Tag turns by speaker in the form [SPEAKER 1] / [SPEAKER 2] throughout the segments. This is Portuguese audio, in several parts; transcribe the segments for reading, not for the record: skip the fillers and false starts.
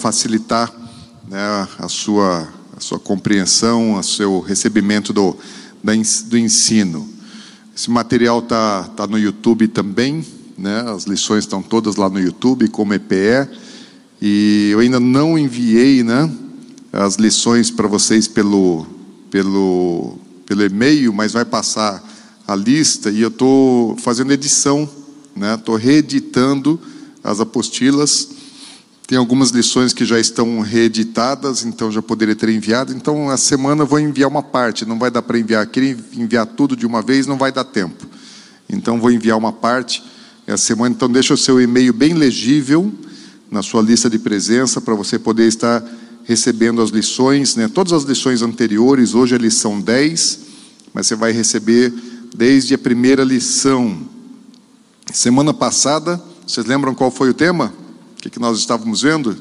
[SPEAKER 1] facilitar, né, a sua compreensão, o seu recebimento do ensino. Esse material tá no YouTube também, né? As lições estão todas lá no YouTube, como EPE. E eu ainda não enviei, né, as lições para vocês pelo e-mail, mas vai passar a lista e eu estou fazendo edição, né? Estou reeditando as apostilas. Tem algumas lições que já estão reeditadas, então já poderia ter enviado. Então, a semana eu vou enviar uma parte, não vai dar para enviar. Querer enviar tudo de uma vez não vai dar tempo. Então, vou enviar uma parte essa semana. Então, deixa o seu e-mail bem legível na sua lista de presença, para você poder estar recebendo as lições, né? Todas as lições anteriores, hoje a lição 10, mas você vai receber desde a primeira lição. Semana passada, vocês lembram qual foi o tema? O que nós estávamos vendo?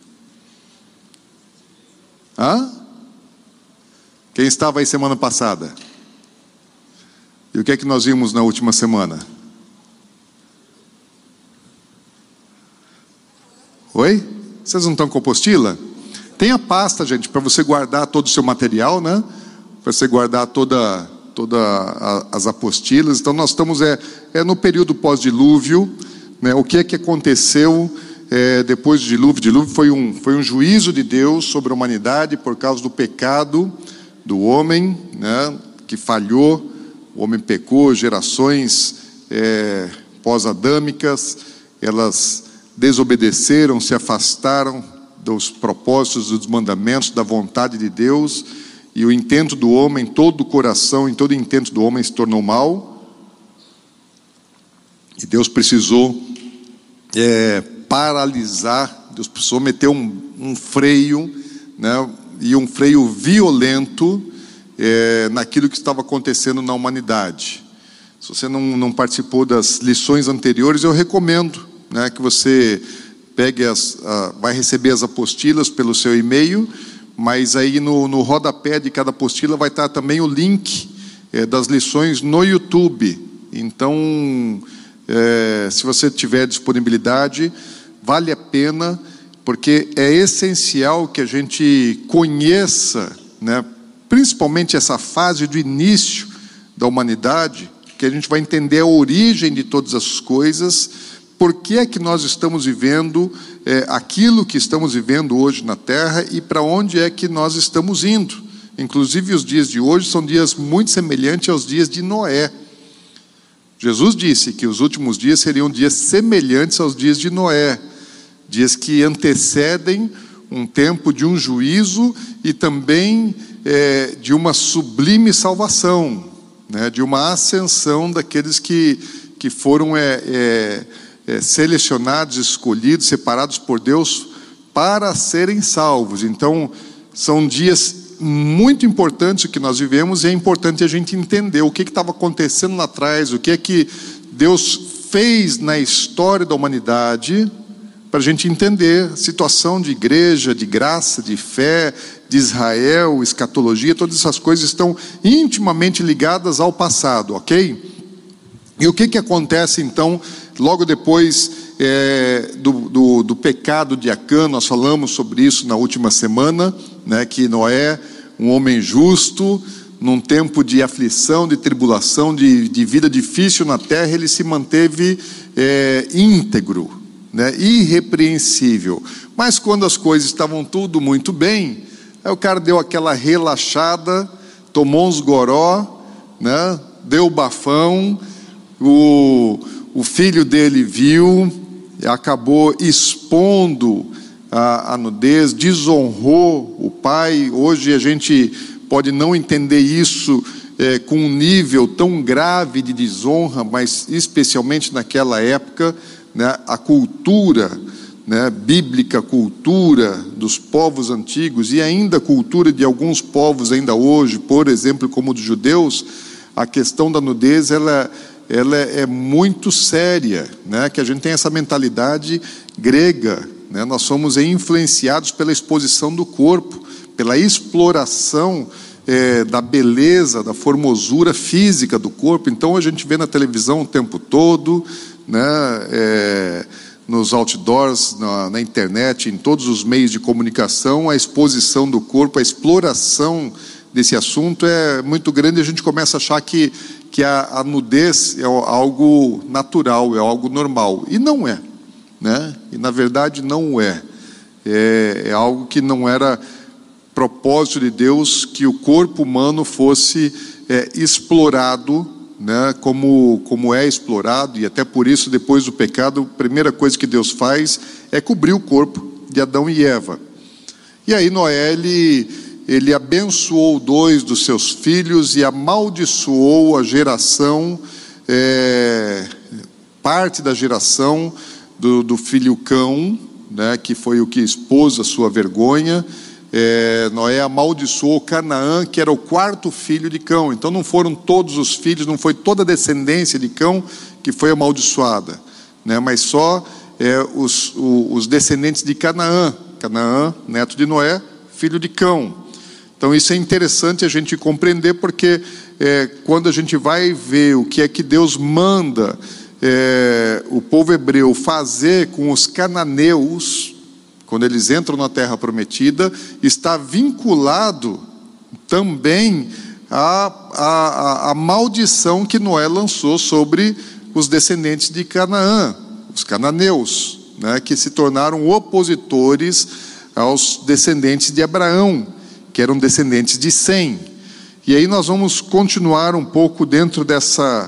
[SPEAKER 1] Quem estava aí semana passada? E o que é que nós vimos na última semana? Oi? Vocês não estão com apostila? Tem a pasta, gente, para você guardar todo o seu material, né? Para você guardar toda as apostilas. Então nós estamos no período pós-dilúvio, né? O que é que aconteceu depois do dilúvio? O dilúvio foi um juízo de Deus sobre a humanidade por causa do pecado do homem, né? Que falhou. O homem pecou, gerações pós-adâmicas, elas desobedeceram, se afastaram dos propósitos, dos mandamentos, da vontade de Deus, e o intento do homem, todo o coração e todo o intento do homem se tornou mal, e Deus precisou paralisar, Deus precisou meter um freio, né, e um freio violento naquilo que estava acontecendo na humanidade. Se você não participou das lições anteriores, eu recomendo, né, que você pegue vai receber as apostilas pelo seu e-mail, mas aí no rodapé de cada apostila vai estar também o link das lições no YouTube. Então, se você tiver disponibilidade, vale a pena, porque é essencial que a gente conheça, né, principalmente essa fase do início da humanidade, que a gente vai entender a origem de todas as coisas. Por que é que nós estamos vivendo aquilo que estamos vivendo hoje na Terra e para onde é que nós estamos indo? Inclusive, os dias de hoje são dias muito semelhantes aos dias de Noé. Jesus disse que os últimos dias seriam dias semelhantes aos dias de Noé, dias que antecedem um tempo de um juízo e também de uma sublime salvação, né? De uma ascensão daqueles que foram selecionados, escolhidos, separados por Deus para serem salvos. Então, são dias muito importantes que nós vivemos, e é importante a gente entender o que estava acontecendo lá atrás, o que é que Deus fez na história da humanidade, para a gente entender a situação de igreja, de graça, de fé, de Israel, escatologia. Todas essas coisas estão intimamente ligadas ao passado, ok? E o que acontece então, logo depois do pecado de Acã? Nós falamos sobre isso na última semana, né, que Noé, um homem justo, num tempo de aflição, de tribulação, de vida difícil na terra, ele se manteve íntegro, né, irrepreensível. Mas quando as coisas estavam tudo muito bem, aí o cara deu aquela relaxada, tomou uns goró, né, deu bafão. O filho dele viu, acabou expondo a nudez, desonrou o pai. Hoje a gente pode não entender isso com um nível tão grave de desonra, mas especialmente naquela época, né, a cultura, né, bíblica, a cultura dos povos antigos e ainda a cultura de alguns povos ainda hoje, por exemplo, como dos judeus, a questão da nudez, ela é muito séria, né? Que a gente tem essa mentalidade grega, né? Nós somos influenciados pela exposição do corpo, pela exploração da beleza, da formosura física do corpo. Então a gente vê na televisão o tempo todo, né? nos outdoors, na internet, em todos os meios de comunicação, a exposição do corpo, a exploração desse assunto é muito grande, e a gente começa a achar que a nudez é algo natural, é algo normal. E não é, né? E na verdade não é. É algo que não era propósito de Deus, que o corpo humano fosse explorado, né, como é explorado, e até por isso, depois do pecado, a primeira coisa que Deus faz é cobrir o corpo de Adão e Eva. E aí Noé, ele abençoou 2 dos seus filhos e amaldiçoou a geração, parte da geração do filho Cão, né, que foi o que expôs a sua vergonha. Noé amaldiçoou Canaã, que era o 4º filho de Cão. Então não foram todos os filhos, não foi toda a descendência de Cão que foi amaldiçoada, né? Mas só os descendentes de Canaã. Canaã, neto de Noé, filho de Cão. Então isso é interessante a gente compreender, porque quando a gente vai ver o que é que Deus manda o povo hebreu fazer com os cananeus, quando eles entram na terra prometida, está vinculado também à maldição que Noé lançou sobre os descendentes de Canaã, os cananeus, né, que se tornaram opositores aos descendentes de Abraão, que eram descendentes de Sem. E aí nós vamos continuar um pouco dentro dessa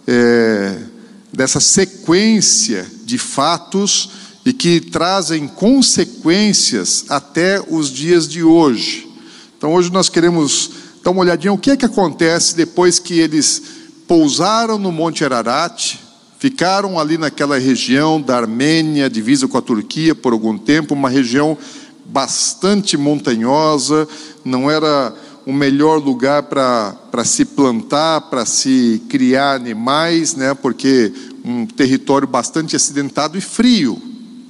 [SPEAKER 1] sequência de fatos, e que trazem consequências até os dias de hoje. Então hoje nós queremos dar uma olhadinha o que é que acontece depois que eles pousaram no Monte Ararat, ficaram ali naquela região da Armênia, divisa com a Turquia por algum tempo, uma região bastante montanhosa, não era o melhor lugar para se plantar, para se criar animais, né, porque um território bastante acidentado e frio.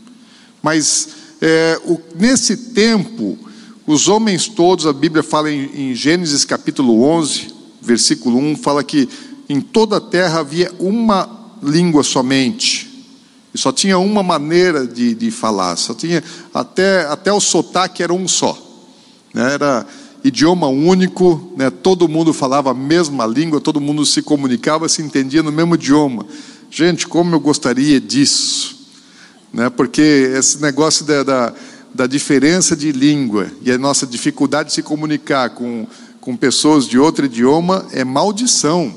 [SPEAKER 1] Mas nesse tempo, os homens todos, a Bíblia fala em Gênesis capítulo 11, versículo 1, fala que em toda a terra havia uma língua somente, e só tinha uma maneira de falar, só tinha, até o sotaque era um só, né? Era idioma único, né? Todo mundo falava a mesma língua, todo mundo se comunicava, se entendia no mesmo idioma. Gente, como eu gostaria disso, né? Porque esse negócio da diferença de língua e a nossa dificuldade de se comunicar com pessoas de outro idioma é maldição.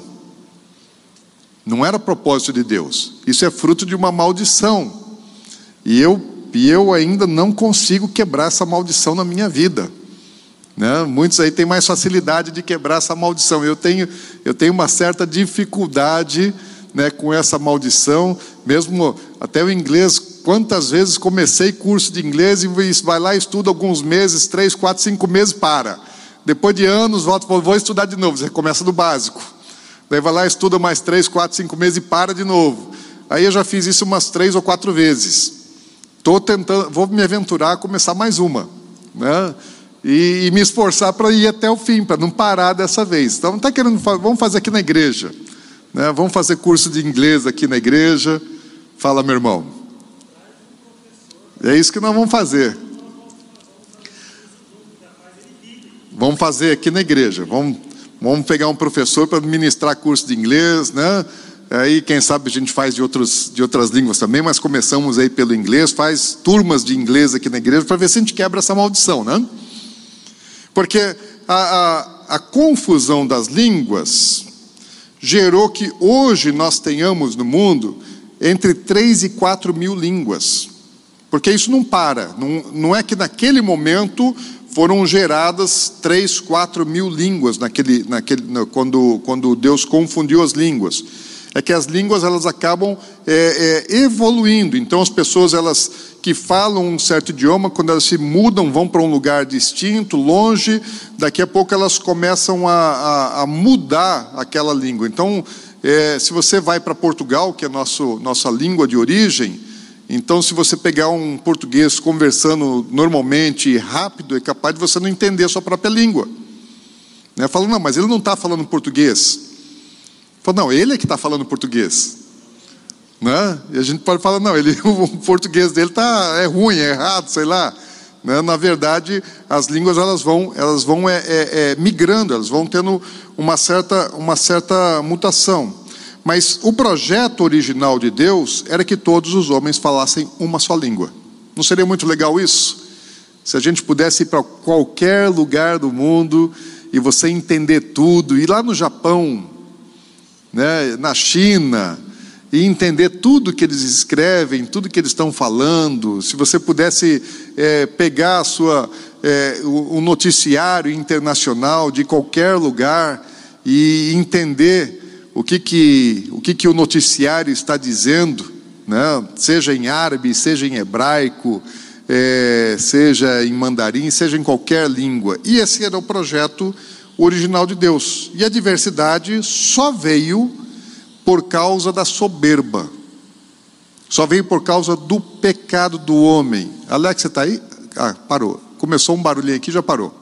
[SPEAKER 1] Não era propósito de Deus. Isso é fruto de uma maldição. E eu ainda não consigo quebrar essa maldição na minha vida, né? Muitos aí têm mais facilidade de quebrar essa maldição. Eu tenho uma certa dificuldade, né, com essa maldição. Mesmo até o inglês, quantas vezes comecei curso de inglês e vai lá, estuda alguns meses, 3, 4, 5 meses, para. Depois de anos, volta e fala, vou estudar de novo. Você começa do básico. Daí vai lá, estuda mais 3, 4, 5 meses e para de novo. Aí eu já fiz isso umas 3 ou 4 vezes. Estou tentando, vou me aventurar a começar mais uma, né? E me esforçar para ir até o fim, para não parar dessa vez. Então, não está querendo, vamos fazer aqui na igreja, né? Vamos fazer curso de inglês aqui na igreja. Fala, meu irmão. É isso que nós vamos fazer. Vamos fazer aqui na igreja. Vamos pegar um professor para ministrar curso de inglês, né? Aí, quem sabe, a gente faz de outras línguas também, mas começamos aí pelo inglês, faz turmas de inglês aqui na igreja, para ver se a gente quebra essa maldição, né? Porque a confusão das línguas gerou que hoje nós tenhamos no mundo entre 3 e 4 mil línguas. Porque isso não para, não é que naquele momento foram geradas 3, 4 mil línguas quando Deus confundiu as línguas. É que as línguas elas acabam evoluindo. Então as pessoas elas que falam um certo idioma, quando elas se mudam, vão para um lugar distinto, longe, daqui a pouco elas começam a mudar aquela língua. Então, se você vai para Portugal, que é nossa língua de origem, então se você pegar um português conversando normalmente e rápido, é capaz de você não entender a sua própria língua, né? Fala, não, mas ele não está falando português. Fala, não, ele é que está falando português. né? E a gente pode falar, não, o português dele é ruim, é errado, sei lá, né? Na verdade, as línguas elas vão migrando, elas vão tendo uma certa mutação. Mas o projeto original de Deus era que todos os homens falassem uma só língua. Não seria muito legal isso? Se a gente pudesse ir para qualquer lugar do mundo e você entender tudo, ir lá no Japão, né, na China, e entender tudo que eles escrevem, tudo que eles estão falando. Se você pudesse pegar o noticiário internacional de qualquer lugar e entender o que o noticiário está dizendo, né? Seja em árabe, seja em hebraico, seja em mandarim, seja em qualquer língua. E esse era o projeto original de Deus. E a diversidade só veio por causa da soberba. Só veio por causa do pecado do homem. Alex, você está aí? Ah, parou. Começou um barulhinho aqui, já parou.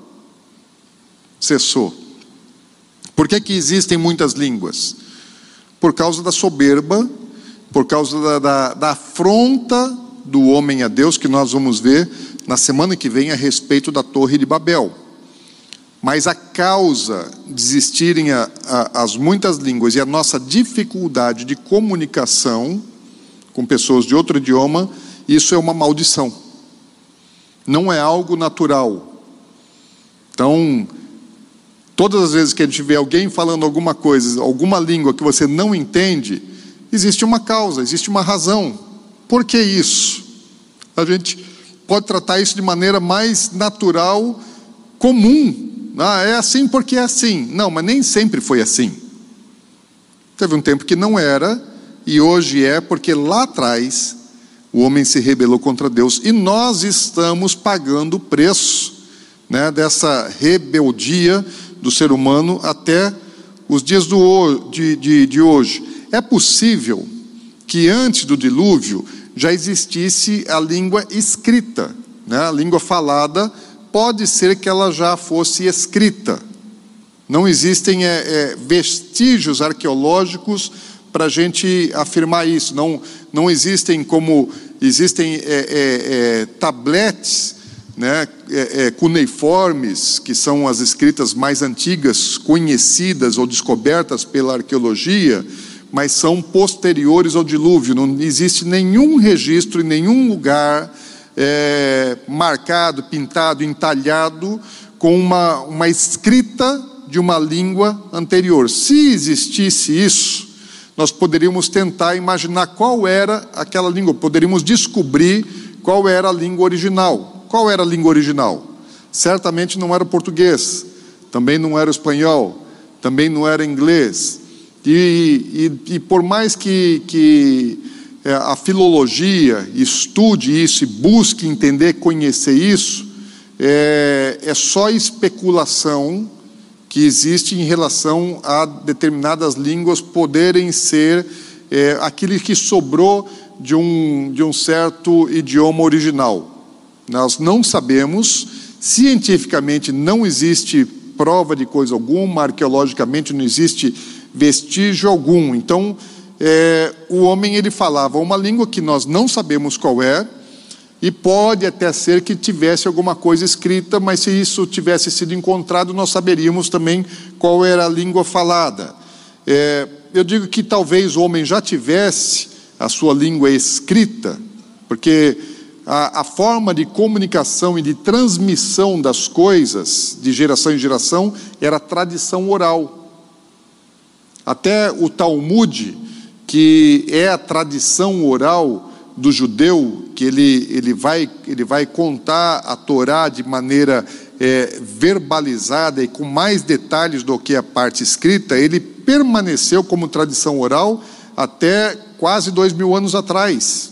[SPEAKER 1] Cessou. Por que existem muitas línguas? Por causa da soberba, por causa da afronta do homem a Deus, que nós vamos ver na semana que vem a respeito da Torre de Babel. Mas a causa de existirem as muitas línguas e a nossa dificuldade de comunicação com pessoas de outro idioma, isso é uma maldição. Não é algo natural. Então, todas as vezes que a gente vê alguém falando alguma coisa, alguma língua que você não entende, existe uma causa, existe uma razão. Por que isso? A gente pode tratar isso de maneira mais natural, comum. Ah, é assim porque é assim. Não, mas nem sempre foi assim. Teve um tempo que não era, e hoje é, porque lá atrás o homem se rebelou contra Deus, e nós estamos pagando o preço, né, dessa rebeldia do ser humano até os dias de hoje. É possível que antes do dilúvio já existisse a língua escrita, né? A língua falada pode ser que ela já fosse escrita. Não existem vestígios arqueológicos para a gente afirmar isso. Não existem como existem tabletes, né, cuneiformes, que são as escritas mais antigas conhecidas ou descobertas pela arqueologia, mas são posteriores ao dilúvio. Não existe nenhum registro em nenhum lugar marcado, pintado, entalhado com uma escrita de uma língua anterior. Se existisse isso, nós poderíamos tentar imaginar qual era aquela língua, poderíamos descobrir qual era a língua original. Qual era a língua original? Certamente não era o português, também não era o espanhol, também não era inglês. E por mais que a filologia estude isso e busque entender, conhecer isso, é só especulação que existe em relação a determinadas línguas poderem ser aquilo que sobrou de um certo idioma original. Nós não sabemos, cientificamente não existe prova de coisa alguma, arqueologicamente não existe vestígio algum. Então, o homem ele falava uma língua que nós não sabemos qual é, e pode até ser que tivesse alguma coisa escrita, mas se isso tivesse sido encontrado, nós saberíamos também qual era a língua falada. Eu digo que talvez o homem já tivesse a sua língua escrita, porque a forma de comunicação e de transmissão das coisas, de geração em geração, era a tradição oral. Até o Talmud, que é a tradição oral do judeu, que ele vai contar a Torá de maneira verbalizada e com mais detalhes do que a parte escrita, ele permaneceu como tradição oral até quase 2000 anos atrás.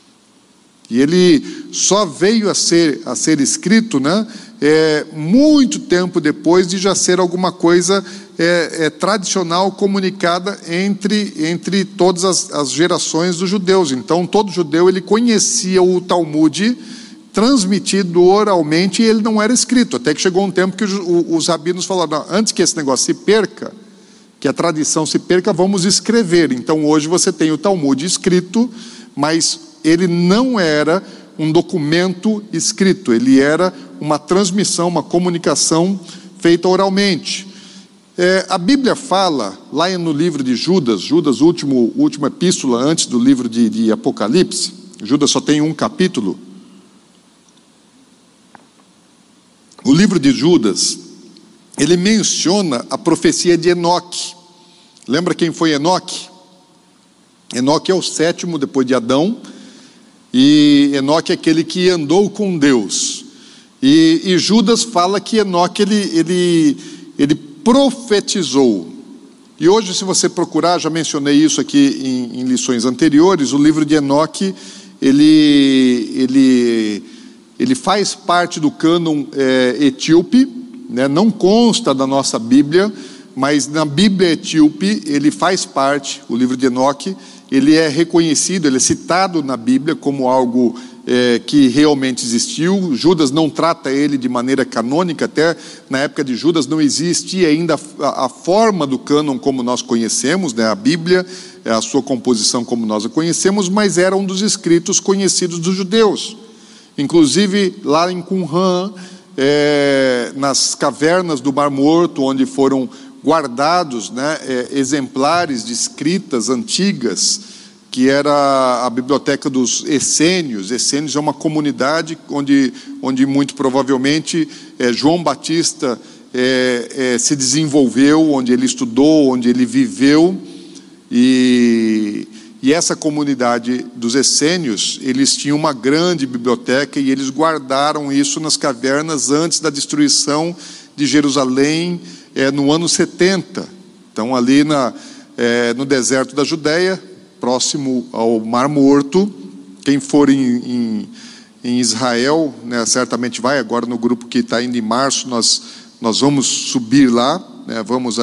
[SPEAKER 1] E ele só veio a ser escrito, né, muito tempo depois de já ser alguma coisa tradicional comunicada entre todas as gerações dos judeus. Então, todo judeu ele conhecia o Talmud transmitido oralmente, e ele não era escrito. Até que chegou um tempo que os rabinos falaram: não, antes que esse negócio se perca, que a tradição se perca, vamos escrever. Então hoje você tem o Talmud escrito, mas ele não era um documento escrito, ele era uma transmissão, uma comunicação feita oralmente. A Bíblia fala, lá no livro de Judas, última epístola antes do livro de Apocalipse, Judas só tem um capítulo. O livro de Judas, ele menciona a profecia de Enoque. Lembra quem foi Enoque? Enoque é o 7º depois de Adão, e Enoque é aquele que andou com Deus. E Judas fala que Enoque ele profetizou. E hoje, se você procurar, já mencionei isso aqui em lições anteriores, o livro de Enoque, ele faz parte do cânon etíope, né? Não consta da nossa Bíblia, mas na Bíblia etíope ele faz parte, o livro de Enoque, ele é reconhecido, ele é citado na Bíblia como algo que realmente existiu. Judas não trata ele de maneira canônica, até na época de Judas não existia ainda a forma do cânon como nós conhecemos, né? A Bíblia, a sua composição como nós a conhecemos, mas era um dos escritos conhecidos dos judeus. Inclusive lá em Qumran, nas cavernas do Mar Morto, onde foram guardados, né, exemplares de escritas antigas, que era a biblioteca dos essênios. Essênios é uma comunidade onde muito provavelmente João Batista se desenvolveu, onde ele estudou, onde ele viveu, e essa comunidade dos essênios, eles tinham uma grande biblioteca e eles guardaram isso nas cavernas antes da destruição de Jerusalém, no ano 70. Então ali no deserto da Judéia, próximo ao Mar Morto. Quem for em Israel, né, certamente vai. Agora no grupo que está indo em março, nós vamos subir lá, né, vamos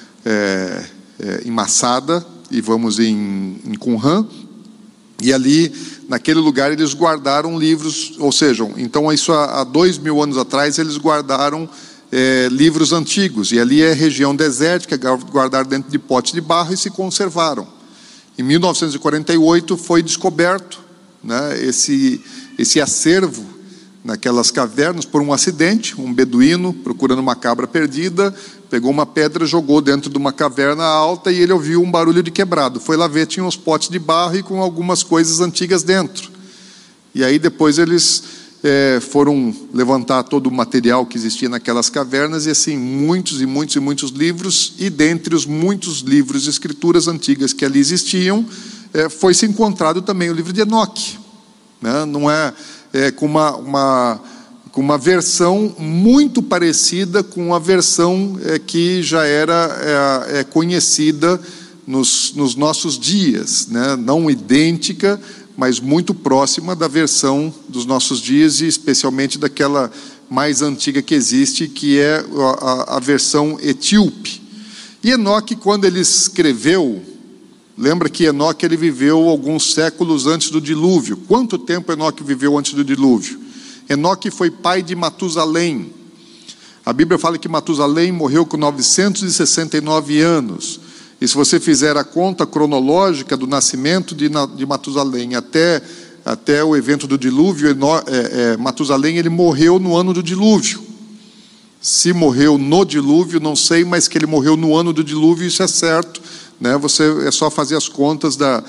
[SPEAKER 1] em Massada e vamos em Qumran, e ali naquele lugar eles guardaram livros, ou seja, então isso há 2000 anos atrás eles guardaram livros antigos, e ali é região desértica, guardaram dentro de potes de barro e se conservaram. Em 1948 foi descoberto, né, esse acervo naquelas cavernas por um acidente. Um beduíno procurando uma cabra perdida pegou uma pedra, jogou dentro de uma caverna alta e ele ouviu um barulho de quebrado. Foi lá ver, tinha uns potes de barro e com algumas coisas antigas dentro. E aí depois eles foram levantar todo o material que existia naquelas cavernas, e assim muitos livros, e dentre os muitos livros e escrituras antigas que ali existiam, foi-se encontrado também o livro de Enoque, né? Não com uma versão muito parecida com a versão que já era conhecida nos nossos dias, né? Não idêntica, mas muito próxima da versão dos nossos dias, e especialmente daquela mais antiga que existe, que é a versão etíope. E Enoque, quando ele escreveu, lembra que Enoque ele viveu alguns séculos antes do dilúvio. Quanto tempo Enoque viveu antes do dilúvio? Enoque foi pai de Matusalém. A Bíblia fala que Matusalém morreu com 969 anos. E se você fizer a conta cronológica do nascimento de Matusalém até o evento do dilúvio, Matusalém ele morreu no ano do dilúvio. Se morreu no dilúvio, não sei, mas que ele morreu no ano do dilúvio, isso é certo, né? É só fazer as contas da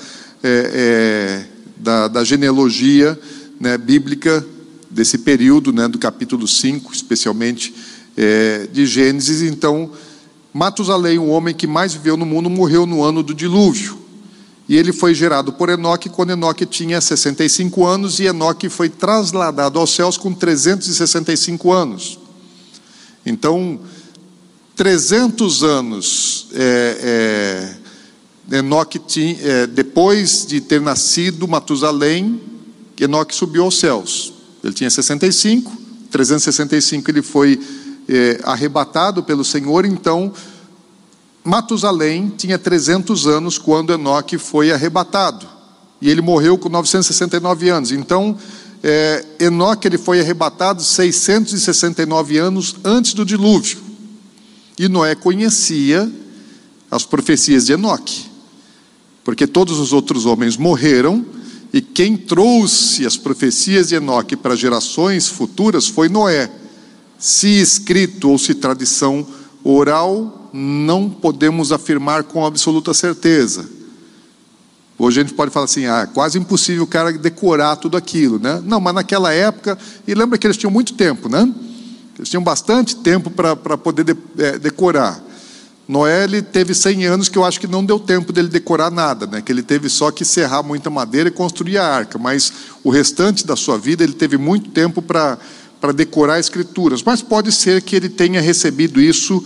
[SPEAKER 1] genealogia, né, bíblica desse período, né, do capítulo 5, especialmente de Gênesis. Então, Matusalém, o homem que mais viveu no mundo, morreu no ano do dilúvio. E ele foi gerado por Enoque quando Enoque tinha 65 anos, e Enoque foi trasladado aos céus com 365 anos. Então, 300 anos Enoque tinha, depois de ter nascido Matusalém, Enoque subiu aos céus. Ele tinha 65, 365 ele foi arrebatado pelo Senhor. Então Matusalém tinha 300 anos quando Enoque foi arrebatado, e ele morreu com 969 anos. Então Enoque ele foi arrebatado 669 anos antes do dilúvio, e Noé conhecia as profecias de Enoque, porque todos os outros homens morreram, e quem trouxe as profecias de Enoque para gerações futuras foi Noé. Se escrito ou se tradição oral, não podemos afirmar com absoluta certeza. Hoje a gente pode falar assim, é quase impossível o cara decorar tudo aquilo, né? Não, mas naquela época, e lembra que eles tinham muito tempo, né? Eles tinham bastante tempo para poder decorar. Noé, ele teve 100 anos que eu acho que não deu tempo dele decorar nada, né? Que ele teve só que serrar muita madeira e construir a arca, mas o restante da sua vida ele teve muito tempo para decorar escrituras. Mas pode ser que ele tenha recebido isso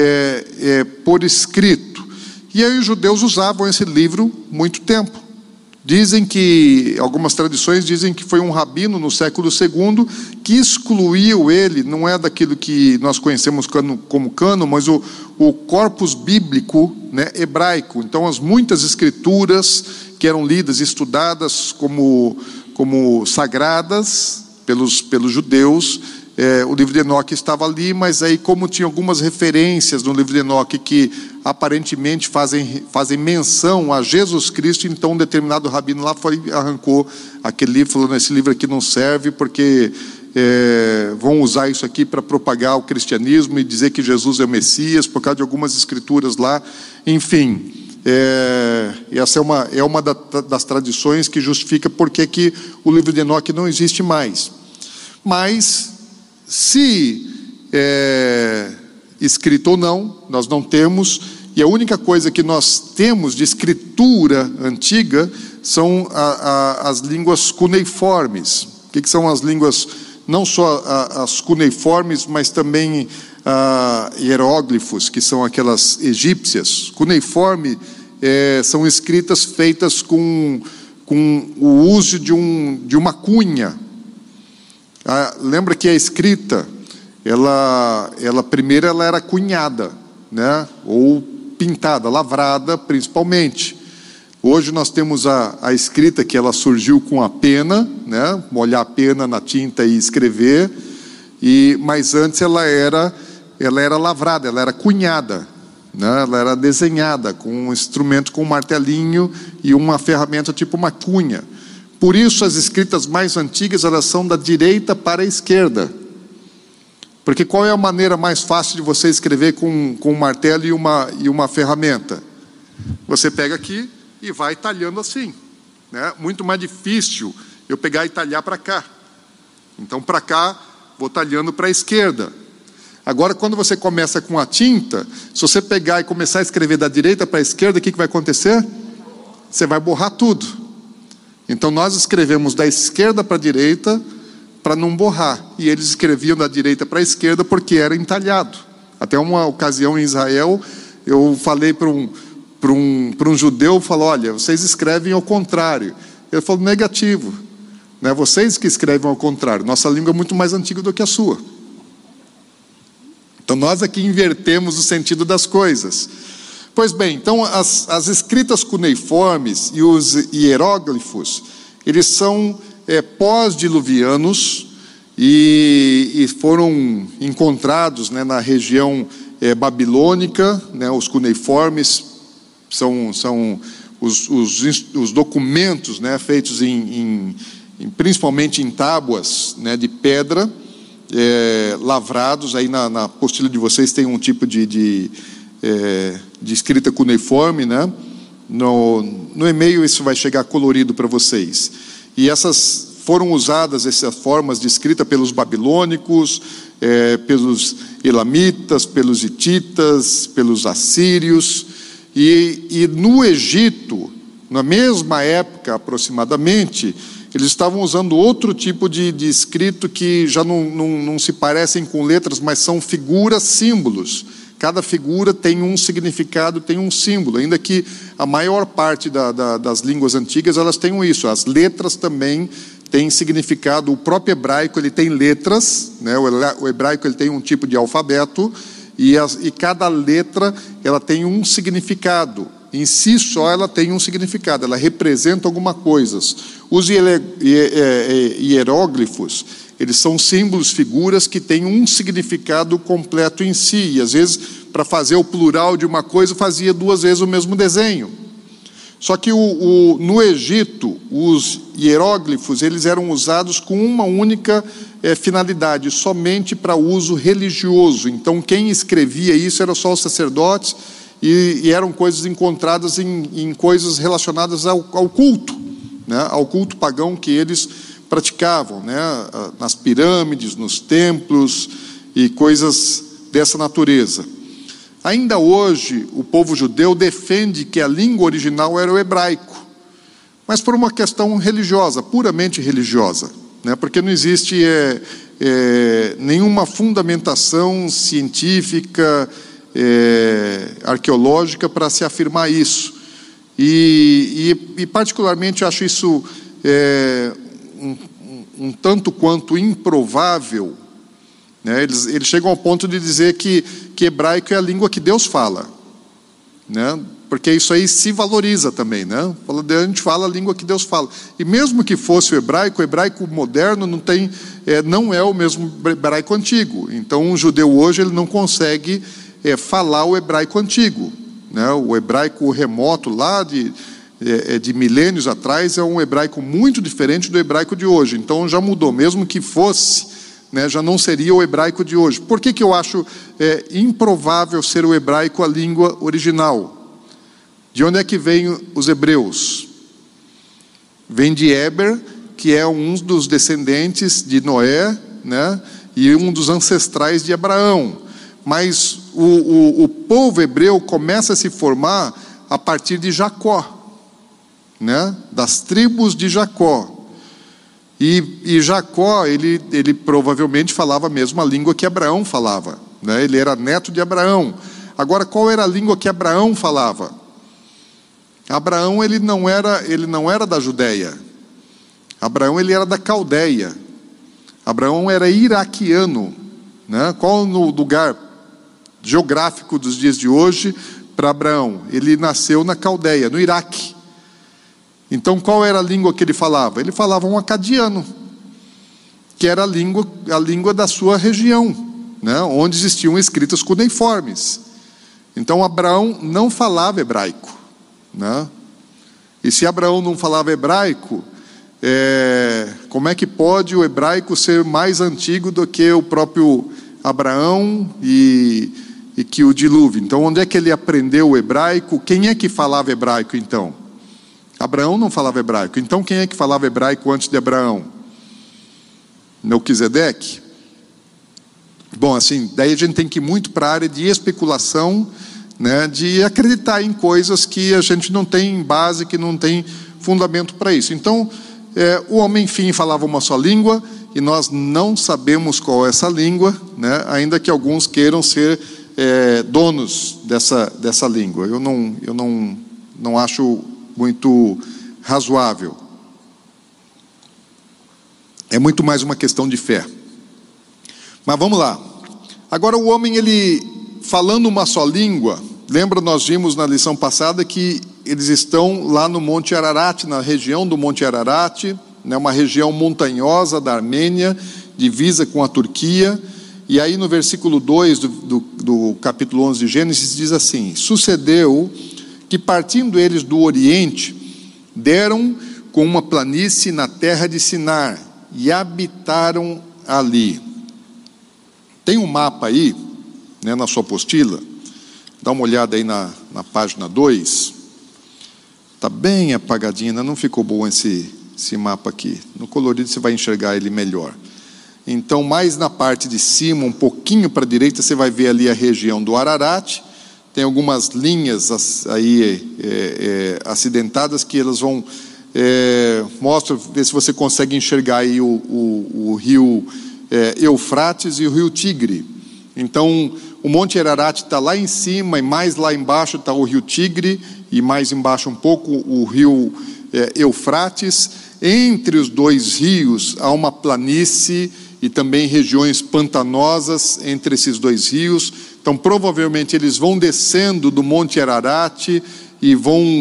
[SPEAKER 1] por escrito. E aí os judeus usavam esse livro muito tempo. Dizem que, algumas tradições dizem que foi um rabino no século II que excluiu ele, não é daquilo que nós conhecemos como cânon, mas o corpus bíblico, né, hebraico. Então as muitas escrituras que eram lidas e estudadas como sagradas pelos judeus, o livro de Enoque estava ali, mas aí como tinha algumas referências no livro de Enoque que aparentemente fazem menção a Jesus Cristo, então um determinado rabino lá arrancou aquele livro, falando, esse livro aqui não serve, porque vão usar isso aqui para propagar o cristianismo e dizer que Jesus é o Messias, por causa de algumas escrituras lá, enfim. Essa é uma das tradições que justifica porque que o livro de Enoque não existe mais. Mas, se escrito ou não, nós não temos, e a única coisa que nós temos de escritura antiga são as línguas cuneiformes. O que são as línguas, não só as cuneiformes, mas também hieróglifos, que são aquelas egípcias. Cuneiforme são escritas feitas com o uso de uma cunha. Lembra que a escrita, primeiro ela era cunhada, né? Ou pintada, lavrada principalmente. Hoje nós temos a escrita que ela surgiu com a pena, né? Molhar a pena na tinta e escrever, mas antes ela era lavrada, ela era cunhada, né? Ela era desenhada com um instrumento, com um martelinho e uma ferramenta tipo uma cunha. Por isso as escritas mais antigas, elas são da direita para a esquerda. Porque qual é a maneira mais fácil de você escrever com um martelo e uma ferramenta? Você pega aqui e vai talhando assim, né? Muito mais difícil eu pegar e talhar para cá. Então para cá, vou talhando para a esquerda. Agora quando você começa com a tinta, se você pegar e começar a escrever da direita para a esquerda, o que vai acontecer? Você vai borrar tudo. Então nós escrevemos da esquerda para a direita para não borrar, e eles escreviam da direita para a esquerda porque era entalhado. Até uma ocasião em Israel, eu falei para um judeu, falou, olha, vocês escrevem ao contrário. Ele falou, negativo, não é vocês que escrevem ao contrário, nossa língua é muito mais antiga do que a sua. Então nós aqui invertemos o sentido das coisas. Pois bem, então as escritas cuneiformes e os hieróglifos, eles são pós-diluvianos e foram encontrados, né, na região babilônica, né? Os cuneiformes são os documentos, né, feitos principalmente em tábuas, né, de pedra, lavrados. Aí na apostila de vocês tem um tipo de escrita cuneiforme, né? No e-mail isso vai chegar colorido para vocês. E essas foram usadas, essas formas de escrita pelos babilônicos, pelos elamitas, pelos hititas, pelos assírios, e no Egito, na mesma época aproximadamente, eles estavam usando outro tipo de escrito que já não se parecem com letras, mas são figuras, símbolos. Cada figura tem um significado, tem um símbolo, ainda que a maior parte das línguas antigas, elas tenham isso. As letras também têm significado. O próprio hebraico, ele tem letras, né? O hebraico, ele tem um tipo de alfabeto, e cada letra, ela tem um significado. Em si só, ela tem um significado, ela representa alguma coisa. Os hieróglifos, eles são símbolos, figuras que têm um significado completo em si, e às vezes para fazer o plural de uma coisa, fazia 2 vezes o mesmo desenho. Só que no Egito, os hieróglifos, eles eram usados com uma única finalidade, somente para uso religioso. Então, quem escrevia isso eram só os sacerdotes, e eram coisas encontradas em coisas relacionadas ao culto, né? Ao culto pagão que eles praticavam, né? Nas pirâmides, nos templos e coisas dessa natureza. Ainda hoje, o povo judeu defende que a língua original era o hebraico, mas por uma questão religiosa, puramente religiosa, né? Porque não existe nenhuma fundamentação científica, arqueológica para se afirmar isso. E particularmente, acho isso um tanto quanto improvável, né? Eles chegam ao ponto de dizer que hebraico é a língua que Deus fala, né? Porque isso aí se valoriza também, né? A gente fala a língua que Deus fala. E mesmo que fosse o hebraico moderno não é o mesmo hebraico antigo. Então, um judeu hoje ele não consegue falar o hebraico antigo, né? O hebraico remoto lá de milênios atrás é um hebraico muito diferente do hebraico de hoje. Então já mudou, mesmo que fosse, né, já não seria o hebraico de hoje. Por que eu acho improvável ser o hebraico a língua original? De onde é que vêm os hebreus? Vem de Éber, que é um dos descendentes de Noé, né, e um dos ancestrais de Abraão. Mas o povo hebreu começa a se formar a partir de Jacó, né? Das tribos de Jacó. E Jacó, ele provavelmente falava a mesma língua que Abraão falava, né? Ele era neto de Abraão. Agora, qual era a língua que Abraão falava? Abraão, ele não era da Judéia. Abraão, ele era da Caldeia. Abraão era iraquiano, né? Qual o lugar geográfico dos dias de hoje para Abraão? Ele nasceu na Caldeia, no Iraque. Então, qual era a língua que ele falava? Ele falava um acadiano, que era a língua da sua região, né? Onde existiam escritas cuneiformes. Então, Abraão não falava hebraico, né? E se Abraão não falava hebraico, como é que pode o hebraico ser mais antigo do que o próprio Abraão e que o dilúvio? Então, onde é que ele aprendeu o hebraico? Quem é que falava hebraico, então? Abraão não falava hebraico. Então, quem é que falava hebraico antes de Abraão? Melquisedeque? Bom, assim, daí a gente tem que ir muito para a área de especulação, né, de acreditar em coisas que a gente não tem base, que não tem fundamento para isso. Então, o homem, enfim, falava uma só língua, e nós não sabemos qual é essa língua, né, ainda que alguns queiram ser donos dessa língua. Eu não acho muito razoável. É muito mais uma questão de fé. Mas vamos lá. Agora, o homem, ele falando uma só língua, lembra, nós vimos na lição passada que eles estão lá no Monte Ararat, na região do Monte Ararat, né, uma região montanhosa da Armênia, divisa com a Turquia. E aí no versículo 2 do capítulo 11 de Gênesis diz assim: sucedeu que, partindo eles do Oriente, deram com uma planície na terra de Sinar e habitaram ali. Tem um mapa aí, né, na sua apostila. Dá uma olhada aí na página 2. Está bem apagadinho, não ficou bom esse mapa aqui. No colorido você vai enxergar ele melhor. Então, mais na parte de cima, um pouquinho para a direita, você vai ver ali a região do Ararat. Tem algumas linhas aí acidentadas que elas vão... mostra, vê se você consegue enxergar aí o rio Eufrates e o rio Tigre. Então, o Monte Ararat está lá em cima, e mais lá embaixo está o rio Tigre, e mais embaixo um pouco o rio Eufrates. Entre os dois rios há uma planície e também regiões pantanosas entre esses dois rios. Então, provavelmente, eles vão descendo do Monte Ararat e vão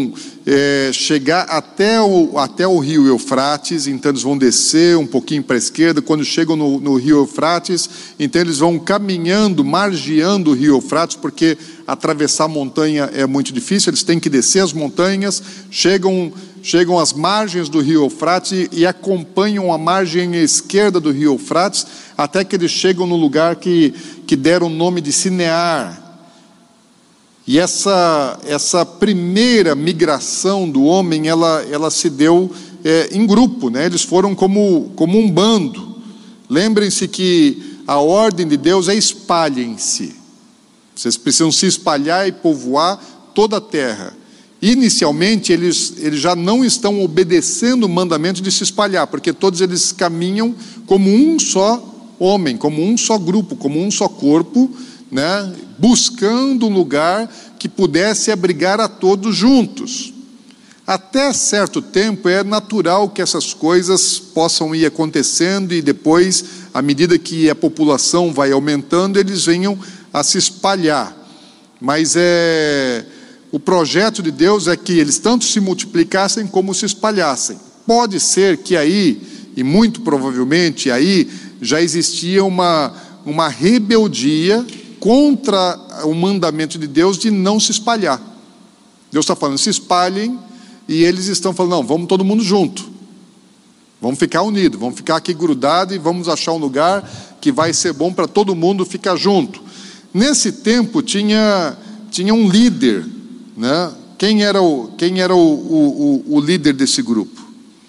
[SPEAKER 1] chegar até o rio Eufrates. Então eles vão descer um pouquinho para a esquerda. Quando chegam no rio Eufrates, então eles vão caminhando, margeando o rio Eufrates, porque atravessar a montanha é muito difícil, eles têm que descer as montanhas, chegam às margens do rio Eufrates e acompanham a margem esquerda do rio Eufrates, até que eles chegam no lugar que deram o nome de Sinear. E essa primeira migração do homem, ela se deu em grupo, né? Eles foram como um bando. Lembrem-se que a ordem de Deus é: espalhem-se. Vocês precisam se espalhar e povoar toda a terra. Inicialmente, eles já não estão obedecendo o mandamento de se espalhar, porque todos eles caminham como um só homem, como um só grupo, como um só corpo, né? Buscando um lugar que pudesse abrigar a todos juntos. Até certo tempo é natural que essas coisas possam ir acontecendo, e depois, à medida que a população vai aumentando, eles venham a se espalhar. Mas o projeto de Deus é que eles tanto se multiplicassem como se espalhassem. Pode ser que aí, e muito provavelmente aí, já existia uma rebeldia contra o mandamento de Deus de não se espalhar. Deus está falando: se espalhem, e eles estão falando: não, vamos todo mundo junto, vamos ficar unidos, vamos ficar aqui grudados e vamos achar um lugar que vai ser bom para todo mundo ficar junto. Nesse tempo tinha um líder, né? Quem era o líder desse grupo?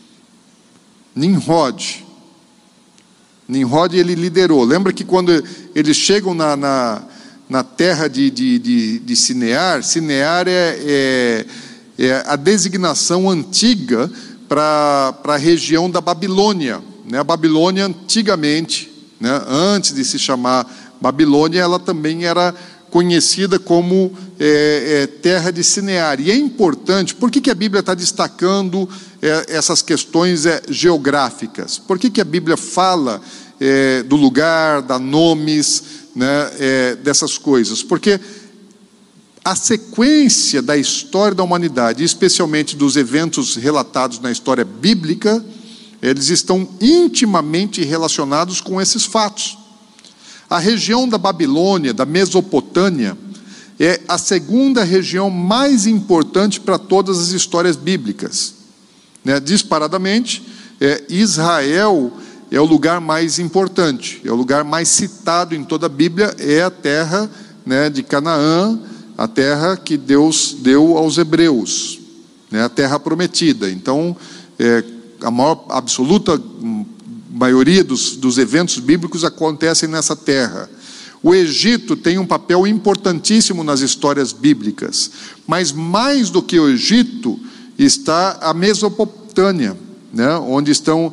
[SPEAKER 1] Nimrod. Nimrod, ele liderou. Lembra que quando eles chegam na terra de Sinear, Sinear é a designação antiga para a região da Babilônia, né? A Babilônia antigamente, né, antes de se chamar Babilônia, ela também era conhecida como terra de Sinear. E é importante, por que a Bíblia está destacando essas questões geográficas? Por que a Bíblia fala do lugar, dá nomes, né, dessas coisas? Porque a sequência da história da humanidade, especialmente dos eventos relatados na história bíblica, eles estão intimamente relacionados com esses fatos. A região da Babilônia, da Mesopotâmia, é a segunda região mais importante para todas as histórias bíblicas, né? Disparadamente, Israel é o lugar mais importante, é o lugar mais citado em toda a Bíblia, é a terra, né, de Canaã, a terra que Deus deu aos hebreus, né, a terra prometida. Então, a maior absoluta maioria dos eventos bíblicos acontecem nessa terra. O Egito tem um papel importantíssimo nas histórias bíblicas, mas mais do que o Egito está a Mesopotâmia, né, onde estão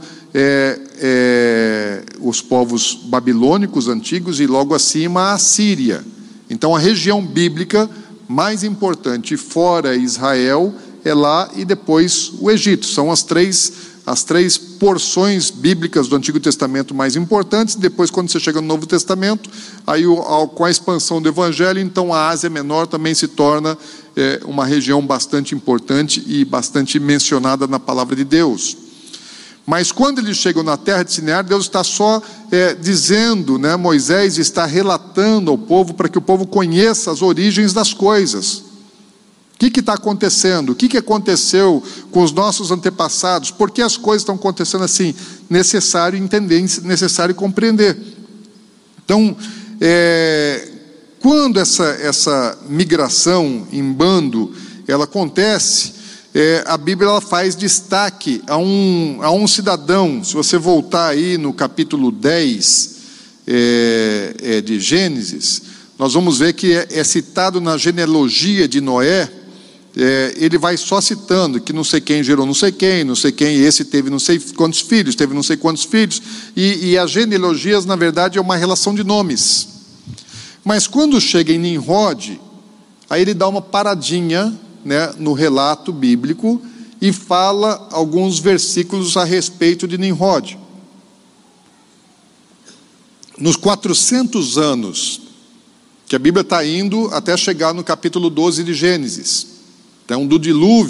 [SPEAKER 1] os povos babilônicos antigos, e logo acima a Síria. Então a região bíblica mais importante fora Israel é lá, e depois o Egito. São as três porções bíblicas do Antigo Testamento mais importantes. Depois, quando você chega no Novo Testamento, aí com a expansão do Evangelho, então a Ásia Menor também se torna uma região bastante importante e bastante mencionada na palavra de Deus. Mas quando eles chegam na terra de Sinear, Deus está só dizendo, né, Moisés está relatando ao povo para que o povo conheça as origens das coisas. O que está acontecendo? O que aconteceu com os nossos antepassados? Por que as coisas estão acontecendo assim? Necessário entender, necessário compreender. Então, quando essa migração em bando ela acontece, a Bíblia ela faz destaque a um cidadão. Se você voltar aí no capítulo 10 de Gênesis, nós vamos ver que é citado na genealogia de Noé. Ele vai só citando que não sei quem gerou não sei quem, esse teve não sei quantos filhos, teve não sei quantos filhos, e as genealogias, na verdade, é uma relação de nomes. Mas quando chega em Nimrod, aí ele dá uma paradinha, né, no relato bíblico, e fala alguns versículos a respeito de Nimrod. Nos 400 anos, que a Bíblia está indo até chegar no capítulo 12 de Gênesis, então do dilúvio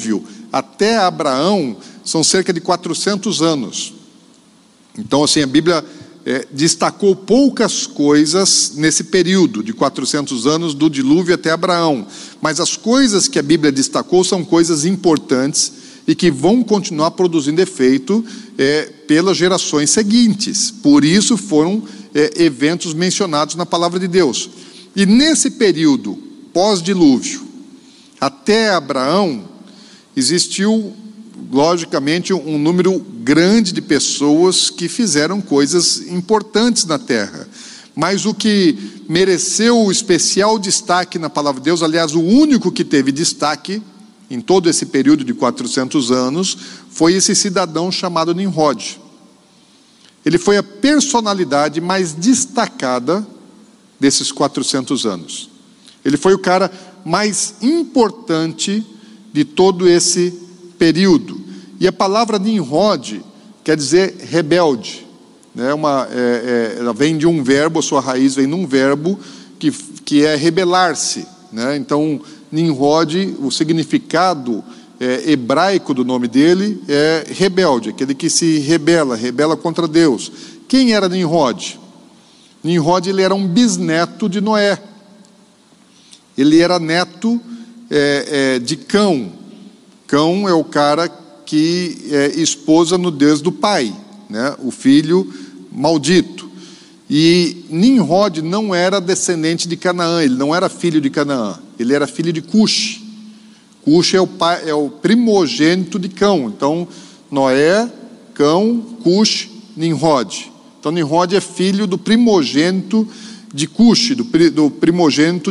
[SPEAKER 1] até Abraão são cerca de 400 anos. Então, assim, a Bíblia destacou poucas coisas nesse período de 400 anos, do dilúvio até Abraão. Mas as coisas que a Bíblia destacou são coisas importantes e que vão continuar produzindo efeito pelas gerações seguintes. Por isso foram eventos mencionados na palavra de Deus. E nesse período pós-dilúvio até Abraão, existiu, logicamente, um número grande de pessoas que fizeram coisas importantes na terra. Mas o que mereceu especial destaque na palavra de Deus, aliás, o único que teve destaque em todo esse período de 400 anos, foi esse cidadão chamado Nimrod. Ele foi a personalidade mais destacada desses 400 anos. Ele foi o cara mais importante de todo esse período. E a palavra Nimrod quer dizer rebelde, né? Ela vem de um verbo, a sua raiz vem de um verbo que é rebelar-se, né? Então, Nimrod, o significado hebraico do nome dele é rebelde, aquele que se rebela contra Deus. Quem era Nimrod? Nimrod, ele era um bisneto de Noé. Ele era neto de Cão. Cão é o cara que esposa nudez do pai, né? O filho maldito. E Nimrod não era descendente de Canaã, ele não era filho de Canaã, ele era filho de Cush. Cush é o primogênito de Cão. Então, Noé, Cão, Cush, Nimrod. Então, Nimrod é filho do primogênito de Cush, do primogênito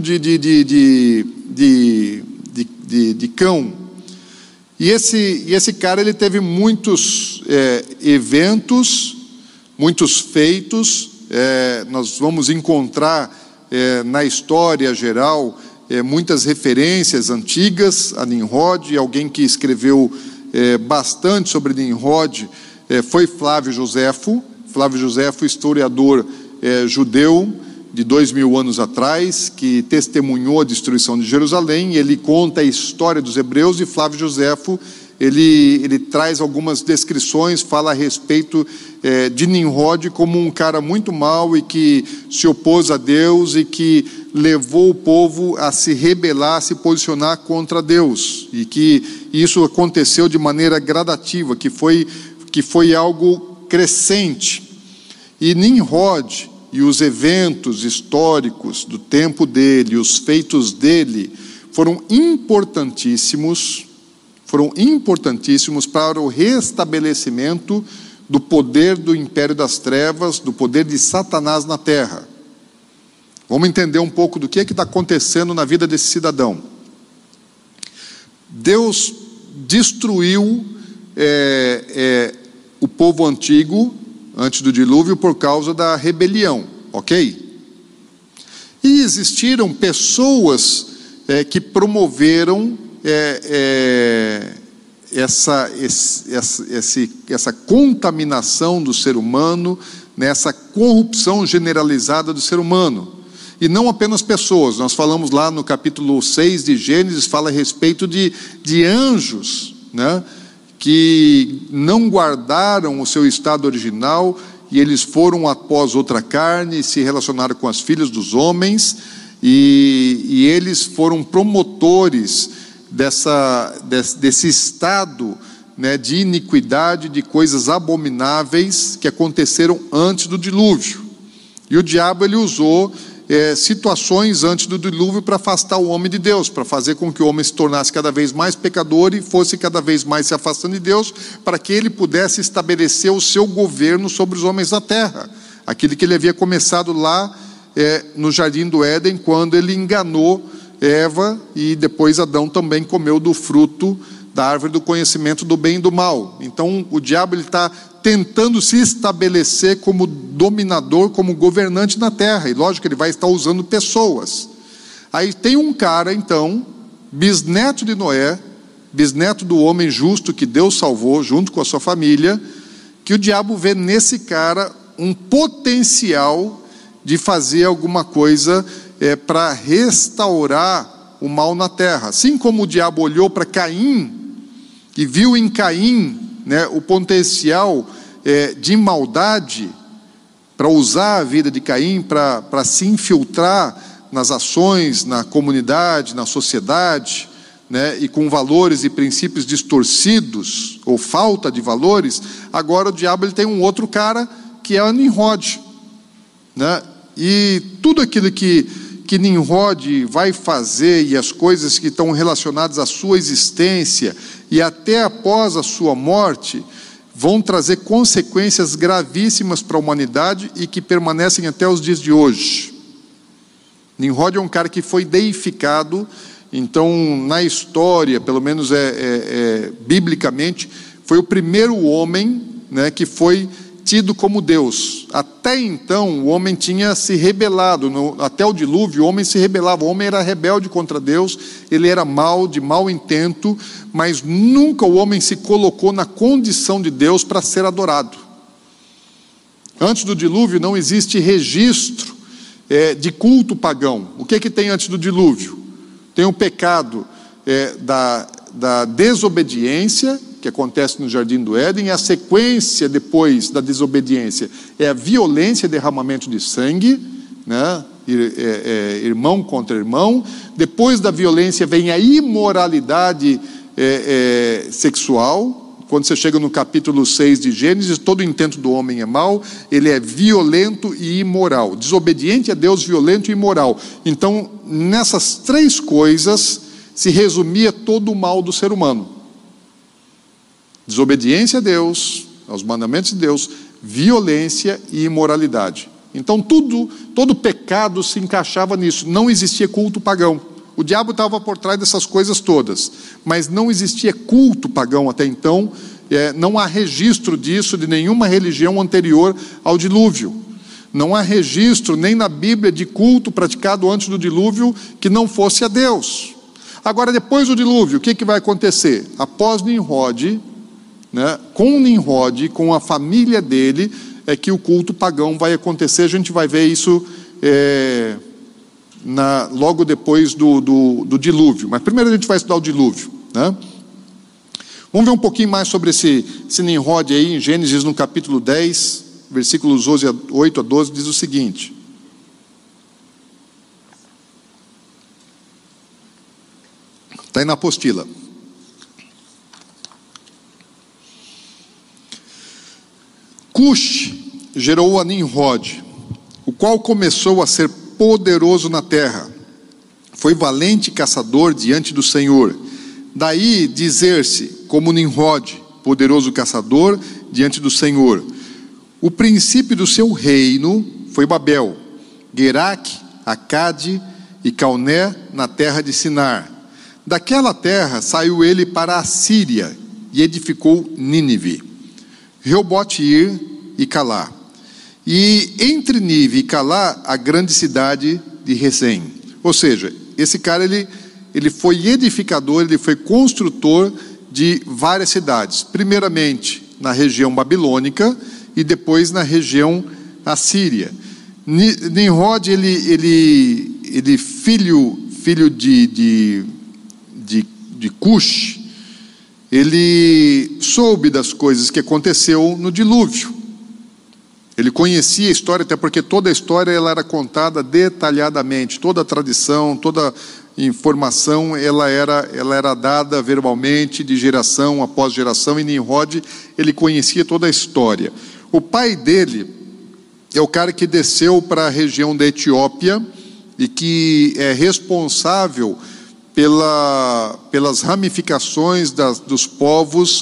[SPEAKER 1] de Cão. E esse cara, ele teve muitos eventos, muitos feitos. Nós vamos encontrar na história geral muitas referências antigas a Nimrod. Alguém que escreveu bastante sobre Nimrod foi Flávio Josefo. Flávio Josefo, historiador judeu de 2000 anos atrás, que testemunhou a destruição de Jerusalém. Ele conta a história dos hebreus, e Flávio Josefo ele traz algumas descrições, fala a respeito de Nimrod como um cara muito mau e que se opôs a Deus e que levou o povo a se rebelar, a se posicionar contra Deus, e que isso aconteceu de maneira gradativa, que foi algo crescente. E Nimrod e os eventos históricos do tempo dele, os feitos dele, foram importantíssimos para o restabelecimento do poder do império das trevas, do poder de Satanás na terra. Vamos entender um pouco do que está acontecendo na vida desse cidadão. Deus destruiu o povo antigo antes do dilúvio por causa da rebelião, ok? E existiram pessoas que promoveram essa contaminação do ser humano, nessa corrupção generalizada do ser humano. E não apenas pessoas. Nós falamos lá no capítulo 6 de Gênesis, fala a respeito de anjos, né? Que não guardaram o seu estado original, e eles foram após outra carne, se relacionaram com as filhas dos homens, e eles foram promotores desse estado, né, de iniquidade, de coisas abomináveis que aconteceram antes do dilúvio. E o diabo, ele usou situações antes do dilúvio para afastar o homem de Deus, para fazer com que o homem se tornasse cada vez mais pecador e fosse cada vez mais se afastando de Deus, para que ele pudesse estabelecer o seu governo sobre os homens da terra, aquele que ele havia começado lá no jardim do Éden, quando ele enganou Eva, e depois Adão também comeu do fruto da árvore do conhecimento do bem e do mal. Então o diabo está tentando se estabelecer como dominador, como governante na terra, e lógico, ele vai estar usando pessoas. Aí tem um cara, então, bisneto de Noé, bisneto do homem justo que Deus salvou junto com a sua família, que o diabo vê nesse cara um potencial de fazer alguma coisa para restaurar o mal na terra. Assim como o diabo olhou para Caim, e viu em Caim, né, o potencial de maldade, para usar a vida de Caim para se infiltrar nas ações, na comunidade, na sociedade, né, e com valores e princípios distorcidos, ou falta de valores. Agora o diabo ele tem um outro cara, que é Nimrod, né? E tudo aquilo que Nimrod vai fazer, e as coisas que estão relacionadas à sua existência, e até após a sua morte, vão trazer consequências gravíssimas para a humanidade e que permanecem até os dias de hoje. Nimrod é um cara que foi deificado. Então, na história, pelo menos biblicamente, foi o primeiro homem, né, que foi tido como Deus. Até então, o homem tinha se rebelado. Até o dilúvio, o homem se rebelava. O homem era rebelde contra Deus, ele era mau, de mau intento, mas nunca o homem se colocou na condição de Deus para ser adorado. Antes do dilúvio, não existe registro de culto pagão. O que tem antes do dilúvio? Tem o pecado da desobediência, que acontece no Jardim do Éden, e a sequência depois da desobediência é a violência, derramamento de sangue, né? Irmão contra irmão. Depois da violência vem a imoralidade sexual. Quando você chega no capítulo 6 de Gênesis, todo o intento do homem é mau, ele é violento e imoral. Desobediente a Deus, violento e imoral. Então, nessas três coisas se resumia todo o mal do ser humano: desobediência a Deus, aos mandamentos de Deus, violência e imoralidade. Então todo pecado se encaixava nisso. Não existia culto pagão. O diabo estava por trás dessas coisas todas, mas não existia culto pagão até então. Não há registro disso de nenhuma religião anterior ao dilúvio. Não há registro nem na Bíblia de culto praticado antes do dilúvio que não fosse a Deus. Agora, depois do dilúvio, o que vai acontecer? Após Nimrod, né, com Nimrod, com a família dele, é que o culto pagão vai acontecer. A gente vai ver isso logo depois do dilúvio. Mas primeiro a gente vai estudar o dilúvio, né? Vamos ver um pouquinho mais sobre esse Nimrod aí, em Gênesis, no capítulo 10, versículos 8 a 12, diz o seguinte: está aí na apostila. Cush gerou a Nimrod, o qual começou a ser poderoso na terra. Foi valente caçador diante do Senhor. Daí dizer-se, como Nimrod, poderoso caçador diante do Senhor. O princípio do seu reino foi Babel, Geraque, Acade e Calné, na terra de Sinar. Daquela terra saiu ele para a Síria e edificou Nínive, Reobote-ir e Calá. E entre Nínive e Calá, a grande cidade de Resem. Ou seja, esse cara ele foi edificador, ele foi construtor de várias cidades. Primeiramente na região babilônica e depois na região assíria. Nimrod, ele filho de Cush, ele soube das coisas que aconteceu no dilúvio. Ele conhecia a história, até porque toda a história ela era contada detalhadamente. Toda a tradição, toda a informação, ela era dada verbalmente, de geração após geração, e Nimrod, ele conhecia toda a história. O pai dele é o cara que desceu para a região da Etiópia e que é responsável pelas ramificações dos povos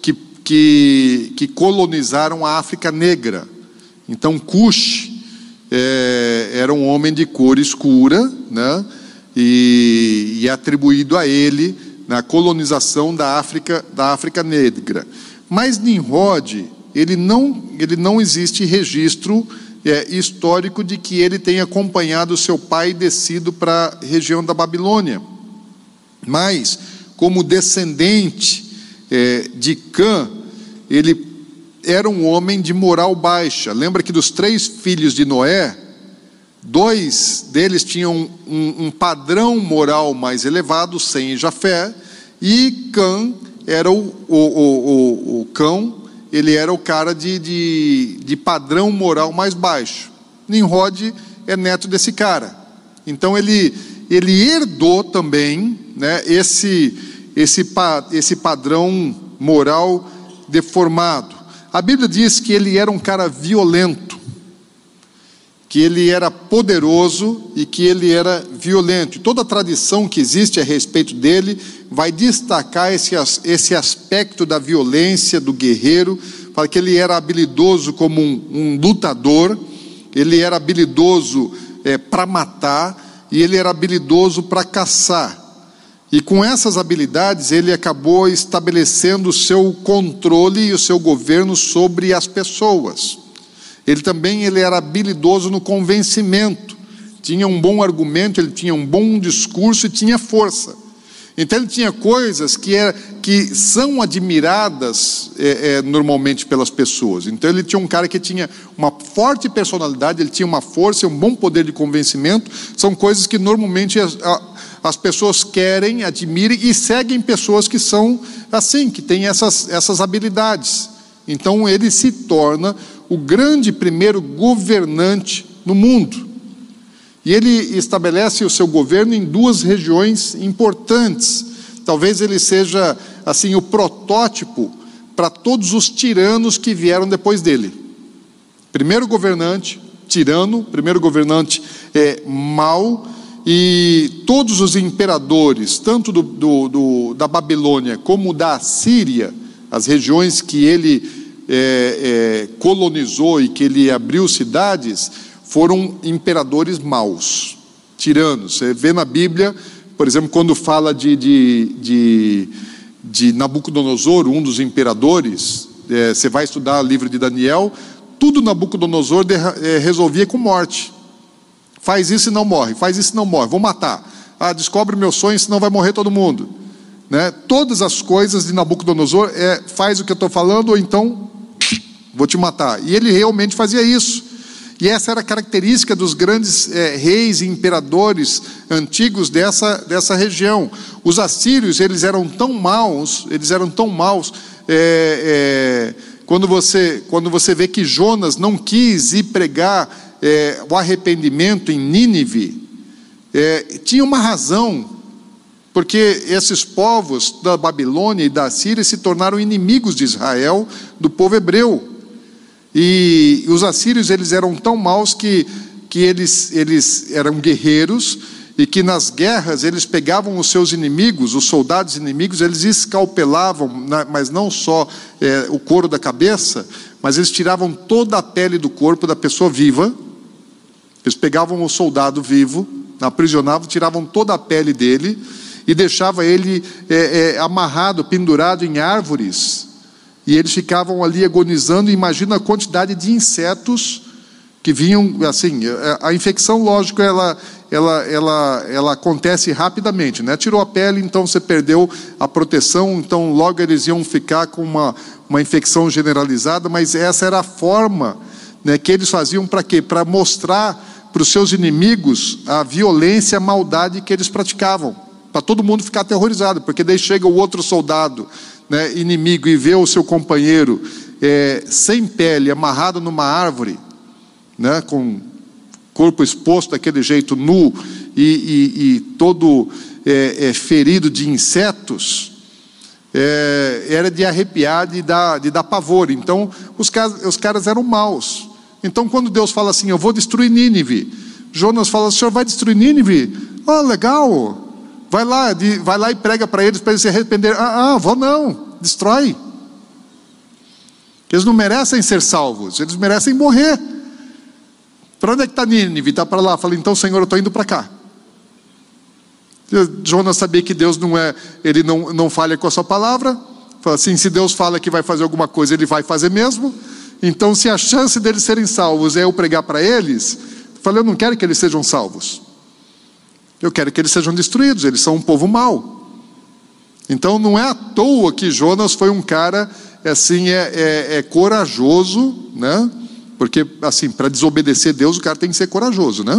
[SPEAKER 1] que colonizaram a África Negra. Então Cush era um homem de cor escura, né? E é atribuído a ele na colonização da África Negra. Mas Nimrod, ele não existe registro histórico de que ele tenha acompanhado seu pai descido para a região da Babilônia. Mas, como descendente de Cã, ele era um homem de moral baixa. Lembra que dos 3 filhos de Noé, 2 deles tinham um padrão moral mais elevado, Sem e Jafé, e Cã era o cão, ele era o cara de padrão moral mais baixo. Nimrod é neto desse cara. Então ele herdou também, né, esse padrão moral deformado. A Bíblia diz que ele era um cara violento, que ele era poderoso e que ele era violento. E toda a tradição que existe a respeito dele vai destacar esse aspecto da violência, do guerreiro, para que ele era habilidoso como um lutador, ele era habilidoso para matar, e ele era habilidoso para caçar. E com essas habilidades ele acabou estabelecendo o seu controle e o seu governo sobre as pessoas. Ele era habilidoso no convencimento, tinha um bom argumento, ele tinha um bom discurso e tinha força. Então ele tinha coisas que são admiradas normalmente pelas pessoas. Então ele tinha um cara que tinha uma forte personalidade, ele tinha uma força e um bom poder de convencimento. São coisas que normalmente as pessoas querem, admiram e seguem pessoas que são assim, que têm essas habilidades. Então ele se torna o grande primeiro governante no mundo. E ele estabelece o seu governo em duas regiões importantes. Talvez ele seja assim o protótipo para todos os tiranos que vieram depois dele. Primeiro governante tirano, primeiro governante mau, e todos os imperadores, tanto da Babilônia como da Assíria, as regiões que ele colonizou e que ele abriu cidades, foram imperadores maus, tiranos. Você vê na Bíblia, por exemplo, quando fala de Nabucodonosor, um dos imperadores, você vai estudar o livro de Daniel, tudo Nabucodonosor resolvia com morte. Faz isso e não morre, faz isso e não morre, vou matar. Descobre meu sonho, senão vai morrer todo mundo. Né? Todas as coisas de Nabucodonosor faz o que eu estou falando, ou então vou te matar. E ele realmente fazia isso. E essa era a característica dos grandes reis e imperadores antigos dessa região. Os assírios, eles eram tão maus, quando você vê que Jonas não quis ir pregar o arrependimento em Nínive, tinha uma razão, porque esses povos da Babilônia e da Síria se tornaram inimigos de Israel, do povo hebreu. E os assírios, eles eram tão maus que eles eram guerreiros, e que nas guerras eles pegavam os seus inimigos, os soldados inimigos, eles escalpelavam, mas não só o couro da cabeça, mas eles tiravam toda a pele do corpo da pessoa viva. Eles pegavam o soldado vivo, aprisionavam, tiravam toda a pele dele e deixavam ele amarrado, pendurado em árvores. E eles ficavam ali agonizando. Imagina a quantidade de insetos que vinham, assim, a infecção, lógico, ela acontece rapidamente, né? Tirou a pele, então você perdeu a proteção, então logo eles iam ficar com uma infecção generalizada. Mas essa era a forma, né, que eles faziam para quê? Para mostrar para os seus inimigos a violência, a maldade que eles praticavam, para todo mundo ficar aterrorizado, porque daí chega o outro soldado, né, inimigo, e vê o seu companheiro sem pele, amarrado numa árvore, né, com o corpo exposto daquele jeito, nu, e todo ferido de insetos. Era de arrepiar, de dar pavor. Então os caras eram maus. Então quando Deus fala assim, eu vou destruir Nínive, Jonas fala, o senhor vai destruir Nínive? Legal, vai lá e prega para eles se arrependerem. Vou não, destrói. Eles não merecem ser salvos, eles merecem morrer. Para onde é que está Nínive? Está para lá. Fala, então Senhor, eu estou indo para cá. Jonas sabia que Deus ele não falha com a sua palavra. Fala assim, se Deus fala que vai fazer alguma coisa, ele vai fazer mesmo. Então se a chance deles serem salvos é eu pregar para eles, eu não quero que eles sejam salvos, eu quero que eles sejam destruídos, eles são um povo mau. Então não é à toa que Jonas foi um cara assim, corajoso, né? Porque assim, para desobedecer Deus, o cara tem que ser corajoso, né?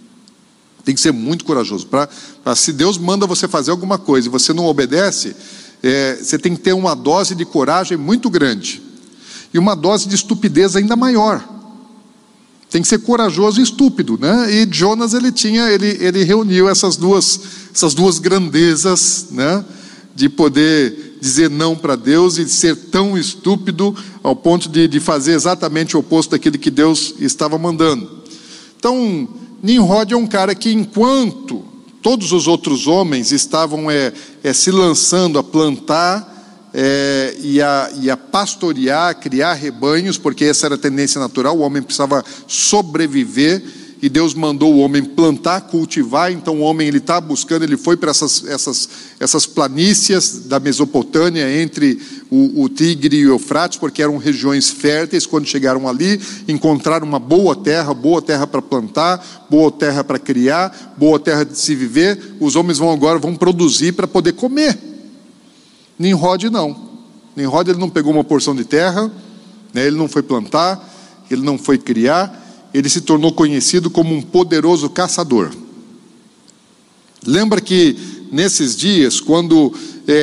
[SPEAKER 1] Tem que ser muito corajoso. Se Deus manda você fazer alguma coisa e você não obedece, você tem que ter uma dose de coragem muito grande e uma dose de estupidez ainda maior. Tem que ser corajoso e estúpido, né? E Jonas, ele reuniu essas duas grandezas, né? De poder dizer não para Deus e ser tão estúpido ao ponto de fazer exatamente o oposto daquilo que Deus estava mandando. Então, Nimrod é um cara que, enquanto todos os outros homens estavam se lançando a plantar e a pastorear, a criar rebanhos, porque essa era a tendência natural, o homem precisava sobreviver, e Deus mandou o homem plantar, cultivar. Então o homem está buscando, ele foi para essas planícies da Mesopotâmia, entre o Tigre e o Eufrates, porque eram regiões férteis. Quando chegaram ali, encontraram uma boa terra para plantar, boa terra para criar, boa terra de se viver. Os homens agora vão produzir para poder comer. Nimrod não. Nimrod, ele não pegou uma porção de terra, né? Ele não foi plantar, ele não foi criar. Ele se tornou conhecido como um poderoso caçador. Lembra que nesses dias, quando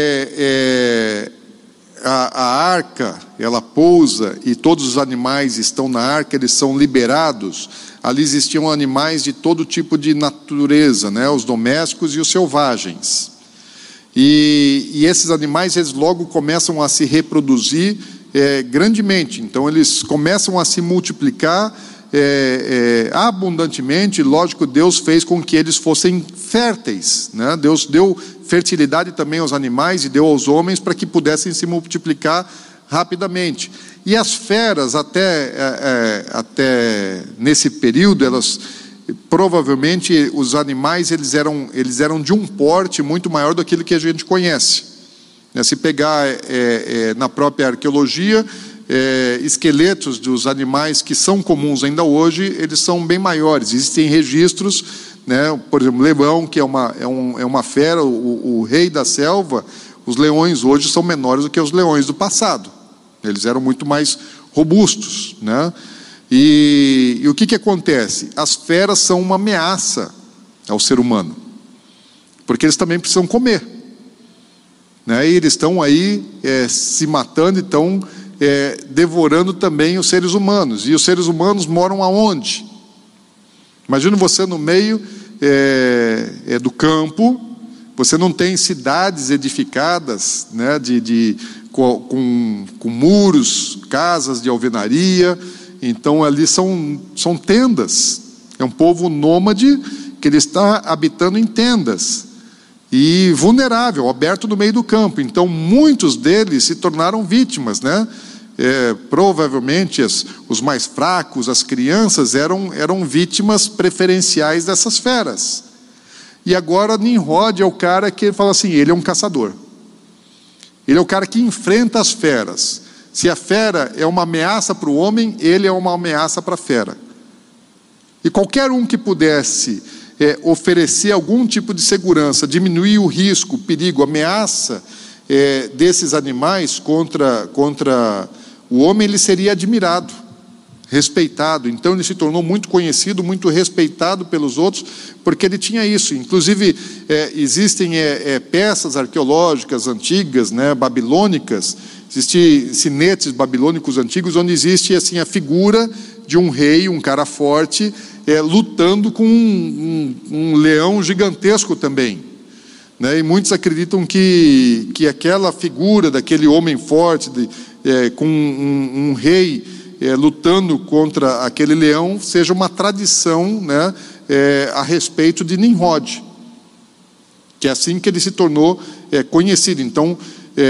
[SPEAKER 1] a arca ela pousa e todos os animais estão na arca, eles são liberados. Ali existiam animais de todo tipo de natureza, né? Os domésticos e os selvagens. E esses animais, eles logo começam a se reproduzir grandemente. Então eles começam a se multiplicar abundantemente. Lógico, Deus fez com que eles fossem férteis, né? Deus deu fertilidade também aos animais e deu aos homens para que pudessem se multiplicar rapidamente. E as feras, até nesse período, elas provavelmente, os animais eles eram de um porte muito maior do que aquilo que a gente conhece, né? Se pegar na própria arqueologia, esqueletos dos animais que são comuns ainda hoje, eles são bem maiores. Existem registros, né? Por exemplo, leão, que é uma fera, o rei da selva. Os leões hoje são menores do que os leões do passado. Eles eram muito mais robustos, né? E o que acontece? As feras são uma ameaça ao ser humano, porque eles também precisam comer, né? E eles estão aí se matando, então devorando também os seres humanos. E os seres humanos moram aonde? Imagina você no meio do campo. Você não tem cidades edificadas, né, com muros, casas de alvenaria. Então ali são tendas. É um povo nômade que ele está habitando em tendas e vulnerável, aberto no meio do campo. Então muitos deles se tornaram vítimas, né? Provavelmente os mais fracos, as crianças, eram vítimas preferenciais dessas feras. E agora Nimrod é o cara que fala assim, ele é um caçador. Ele é o cara que enfrenta as feras. Se a fera é uma ameaça para o homem, ele é uma ameaça para a fera. E qualquer um que pudesse oferecer algum tipo de segurança, diminuir o risco, o perigo, a ameaça desses animais contra o homem, ele seria admirado, respeitado. Então ele se tornou muito conhecido, muito respeitado pelos outros, porque ele tinha isso. Inclusive existem peças arqueológicas antigas, né, babilônicas. Existem sinetes babilônicos antigos onde existe assim a figura de um rei, um cara forte, lutando com um leão gigantesco também, né? E muitos acreditam que aquela figura daquele homem forte, com um rei lutando contra aquele leão, seja uma tradição, né, a respeito de Nimrod, que é assim que ele se tornou conhecido. Então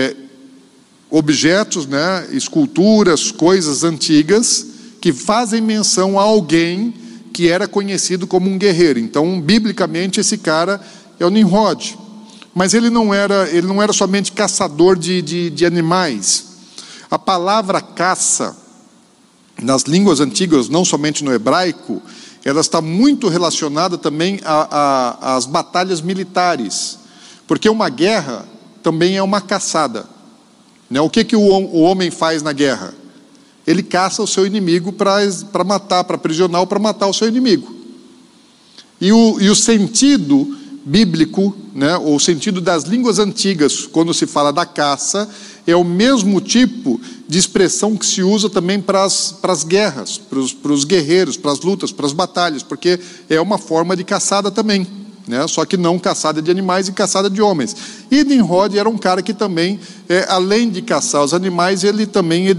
[SPEAKER 1] objetos, né, esculturas, coisas antigas que fazem menção a alguém que era conhecido como um guerreiro. Então, biblicamente, esse cara é o Nimrod. Mas ele não era somente caçador de animais. A palavra caça, nas línguas antigas, não somente no hebraico, ela está muito relacionada também às batalhas militares. Porque uma guerra também é uma caçada. O que o homem faz na guerra? Ele caça o seu inimigo para matar, para aprisionar ou para matar o seu inimigo. E o sentido bíblico, né, o sentido das línguas antigas, quando se fala da caça, é o mesmo tipo de expressão que se usa também para as guerras, para os guerreiros, para as lutas, para as batalhas, porque é uma forma de caçada também, né, só que não caçada de animais e caçada de homens. E Nimrod era um cara que também, além de caçar os animais, ele também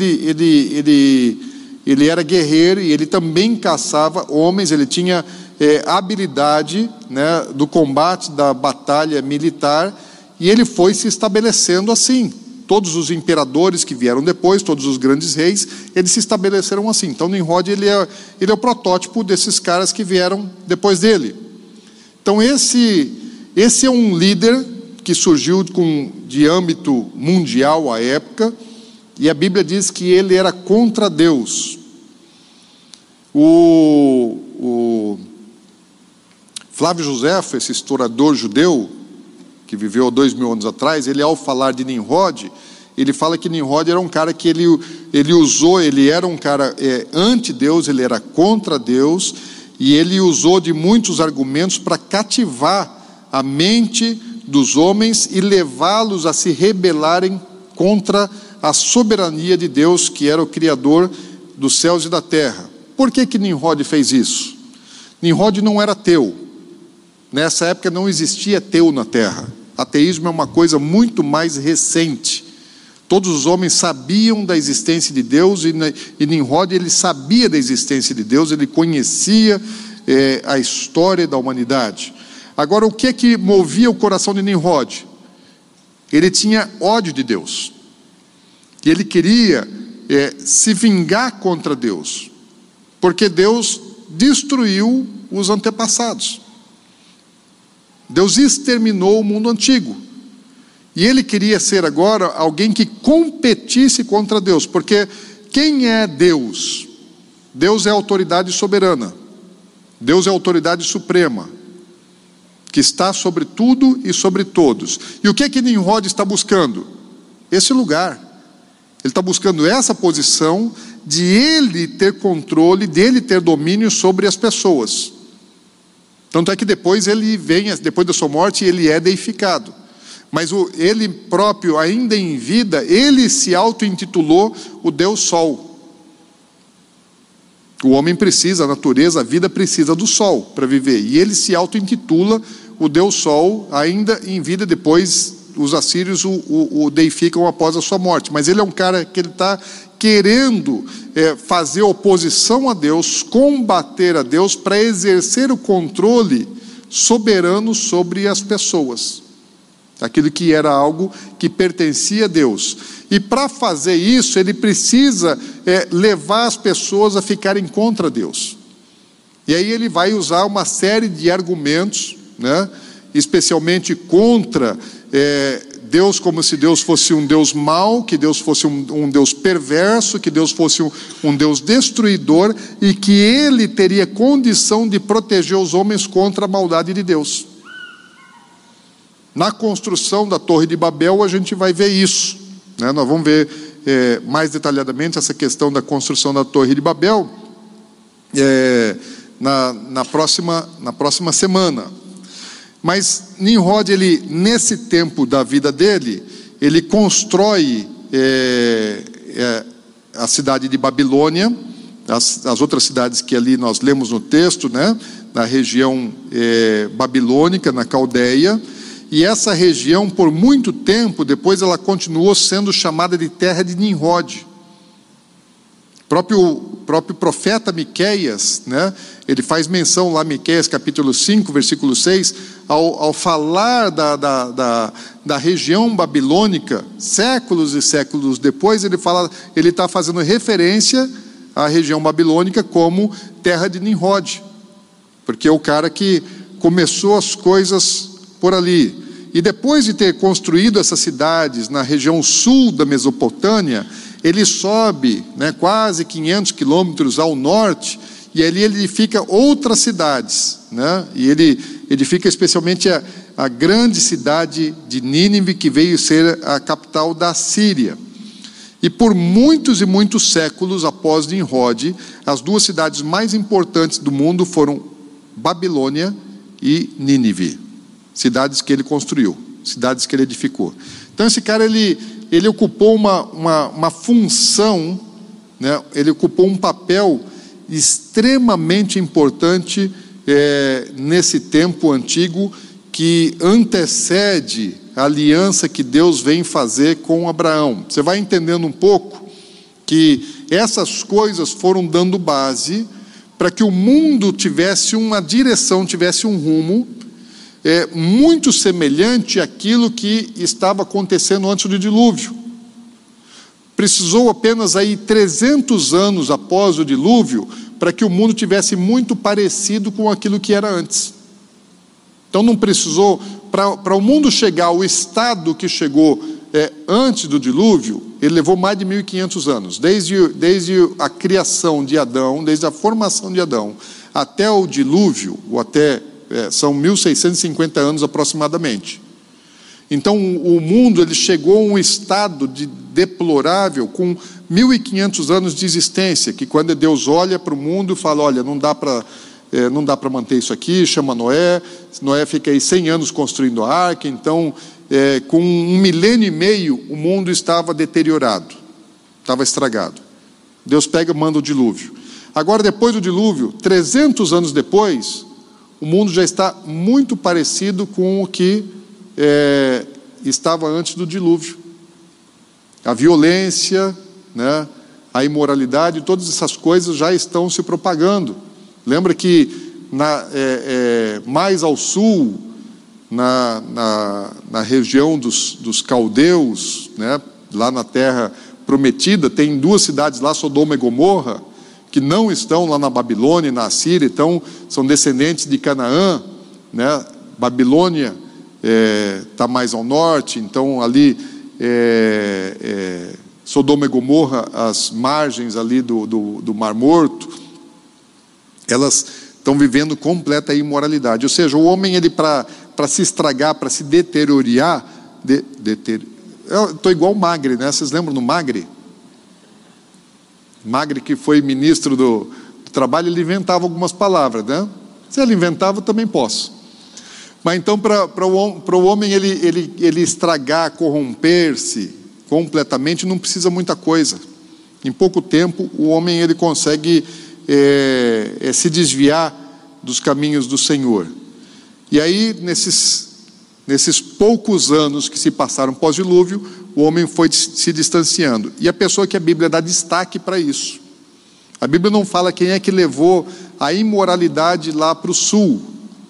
[SPEAKER 1] ele era guerreiro e ele também caçava homens, ele tinha habilidade, né, do combate, da batalha militar, e ele foi se estabelecendo assim. Todos os imperadores que vieram depois, todos os grandes reis, eles se estabeleceram assim. Então Nimrod ele é o protótipo desses caras que vieram depois dele. Então esse é um líder que surgiu de âmbito mundial à época, e a Bíblia diz que ele era contra Deus. O Flávio Josefo, esse historiador judeu, que viveu há 2000 anos atrás, ele, ao falar de Nimrod, ele fala que Nimrod era um cara que ele era um cara anti-Deus, ele era contra Deus, e ele usou de muitos argumentos para cativar a mente dos homens e levá-los a se rebelarem contra a soberania de Deus, que era o Criador dos céus e da terra. Por que Nimrod fez isso? Nimrod não era ateu. Nessa época não existia ateu na terra. Ateísmo é uma coisa muito mais recente. Todos os homens sabiam da existência de Deus, e Nimrod, ele sabia da existência de Deus, ele conhecia a história da humanidade. Agora, o que movia o coração de Nimrod? Ele tinha ódio de Deus, e ele queria se vingar contra Deus, porque Deus destruiu os antepassados. Deus exterminou o mundo antigo, e ele queria ser agora alguém que competisse contra Deus, porque quem é Deus? Deus é a autoridade soberana, Deus é a autoridade suprema, que está sobre tudo e sobre todos. E o que Nimrod está buscando? Esse lugar. Ele está buscando essa posição de ele ter controle, dele ter domínio sobre as pessoas. Tanto é que depois depois da sua morte, ele é deificado. Mas ele próprio, ainda em vida, ele se auto-intitulou o Deus Sol. O homem precisa, a natureza, a vida precisa do sol para viver. E ele se auto-intitula o Deus Sol, ainda em vida. Depois os assírios o deificam após a sua morte. Mas ele é um cara que ele está querendo fazer oposição a Deus, combater a Deus, para exercer o controle soberano sobre as pessoas, aquilo que era algo que pertencia a Deus. E para fazer isso, ele precisa levar as pessoas a ficarem contra Deus. E aí ele vai usar uma série de argumentos, né, especialmente contra Deus, como se Deus fosse um Deus mau, que Deus fosse um Deus perverso, que Deus fosse um Deus destruidor, e que ele teria condição de proteger os homens contra a maldade de Deus. Na construção da Torre de Babel, a gente vai ver isso, né? Nós vamos ver mais detalhadamente essa questão da construção da Torre de Babel na próxima semana. Mas Nimrod, nesse tempo da vida dele, ele constrói a cidade de Babilônia, as outras cidades que ali nós lemos no texto, né, na região babilônica, na Caldeia. E essa região, por muito tempo depois, ela continuou sendo chamada de terra de Nimrod. O próprio profeta Miqueias, né, ele faz menção lá, Miqueias capítulo 5, versículo 6, ao falar da região babilônica, séculos e séculos depois, ele está fazendo referência à região babilônica como terra de Nimrod, porque é o cara que começou as coisas por ali. E depois de ter construído essas cidades na região sul da Mesopotâmia, ele sobe, né, quase 500 quilômetros ao norte, e ali ele edifica outras cidades, né? E ele edifica especialmente a grande cidade de Nínive, que veio ser a capital da Síria. E por muitos e muitos séculos após Nimrod, as duas cidades mais importantes do mundo foram Babilônia e Nínive. cidades que ele construiu, cidades que ele edificou. Então esse cara, ele ocupou uma função, né? Ele ocupou um papel extremamente importante nesse tempo antigo, que antecede a aliança que Deus vem fazer com Abraão. Você vai entendendo um pouco que essas coisas foram dando base para que o mundo tivesse uma direção, tivesse um rumo muito semelhante àquilo que estava acontecendo antes do dilúvio. Precisou apenas aí 300 anos após o dilúvio para que o mundo tivesse muito parecido com aquilo que era antes. Então não precisou, para o mundo chegar ao estado que chegou antes do dilúvio, ele levou mais de 1.500 anos, desde a criação de Adão, desde a formação de Adão, até o dilúvio, ou até, são 1.650 anos aproximadamente. Então o mundo, ele chegou a um estado deplorável, com 1.500 anos de existência, que quando Deus olha para o mundo e fala, olha, não dá para manter isso aqui, chama Noé fica aí 100 anos construindo a arca. Então, com 1 milênio e meio, o mundo estava deteriorado, estava estragado. Deus pega e manda o dilúvio. Agora, depois do dilúvio, 300 anos depois, o mundo já está muito parecido com o que estava antes do dilúvio. A violência, né, a imoralidade, todas essas coisas já estão se propagando. Lembra que mais ao sul, na região dos caldeus, né, lá na terra prometida, tem 2 cidades lá, Sodoma e Gomorra, que não estão lá na Babilônia e na Assíria, então são descendentes de Canaã, né? Babilônia está mais ao norte, então ali Sodoma e Gomorra, as margens ali do Mar Morto, elas estão vivendo completa imoralidade. Ou seja, o homem, ele para se estragar, para se deteriorar, eu estou igual o Magre, né? Vocês lembram do Magre? Magre, que foi ministro do trabalho, ele inventava algumas palavras, né? Se ele inventava, eu também posso. Mas então, para o homem ele estragar, corromper-se completamente, não precisa muita coisa. Em pouco tempo, o homem ele consegue se desviar dos caminhos do Senhor. E aí, nesses poucos anos que se passaram pós-dilúvio, o homem foi se distanciando. E a pessoa que a Bíblia dá destaque para isso. A Bíblia não fala quem é que levou a imoralidade lá para o sul,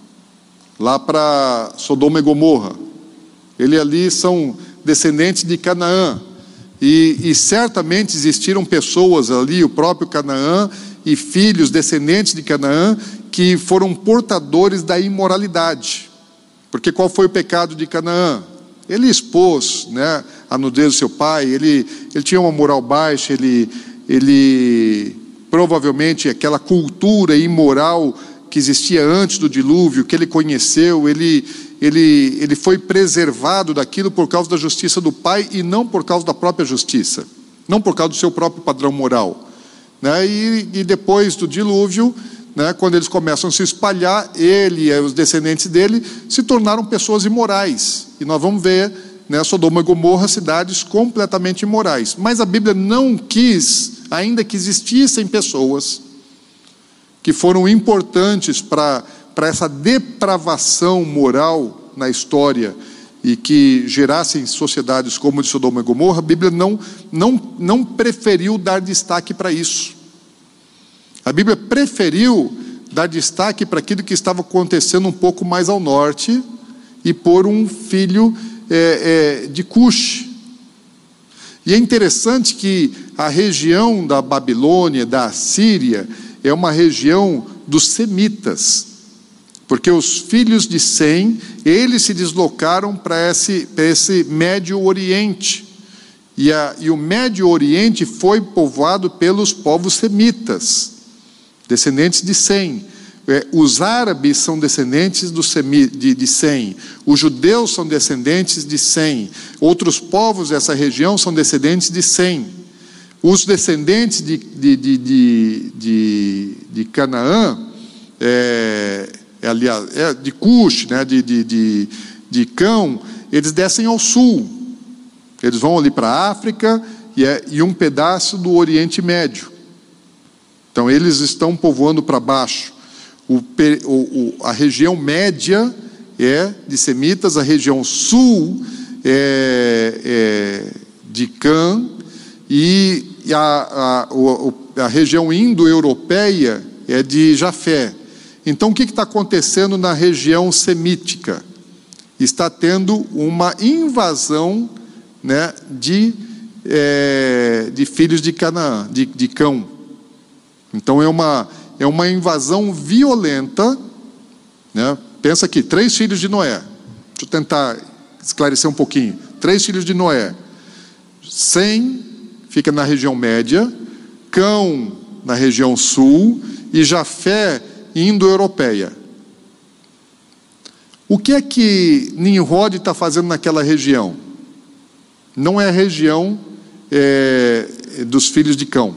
[SPEAKER 1] lá para Sodoma e Gomorra. Ele ali são descendentes de Canaã. E certamente existiram pessoas ali, o próprio Canaã, e filhos descendentes de Canaã, que foram portadores da imoralidade. Porque qual foi o pecado de Canaã? Ele expôs, né, a nudez do seu pai, ele tinha uma moral baixa, ele provavelmente aquela cultura imoral que existia antes do dilúvio, que ele conheceu, ele foi preservado daquilo por causa da justiça do pai e não por causa da própria justiça, não por causa do seu próprio padrão moral, né? E depois do dilúvio, né, quando eles começam a se espalhar, ele e os descendentes dele se tornaram pessoas imorais. E nós vamos ver, né, Sodoma e Gomorra, cidades completamente imorais. Mas a Bíblia não quis, ainda que existissem pessoas que foram importantes para essa depravação moral na história e que gerassem sociedades como a de Sodoma e Gomorra, a Bíblia não preferiu dar destaque para isso. A Bíblia preferiu dar destaque para aquilo que estava acontecendo um pouco mais ao norte e por um filho de Cush. E é interessante que a região da Babilônia, da Assíria, é uma região dos semitas, porque os filhos de Sem, eles se deslocaram para esse Médio Oriente, e o Médio Oriente foi povoado pelos povos semitas, descendentes de Sem. Os árabes são descendentes de Sem, os judeus são descendentes de Sem, outros povos dessa região são descendentes de Sem. Os descendentes de Canaã de Cush, né, de Cão, eles descem ao sul. Eles vão ali para a África e um pedaço do Oriente Médio. Então eles estão povoando para baixo. A região média é de semitas, a região sul é de Cã, e a região indo-europeia é de Jafé. Então o que está acontecendo na região semítica? Está tendo uma invasão, né, de filhos de Canaã, de Cão. Então é uma invasão violenta, né? Pensa aqui, 3 filhos de Noé. Deixa eu tentar esclarecer um pouquinho. 3 filhos de Noé. Sem fica na região média, Cão na região sul e Jafé indo-europeia. O que é que Nimrod está fazendo naquela região? Não é a região dos filhos de Cão.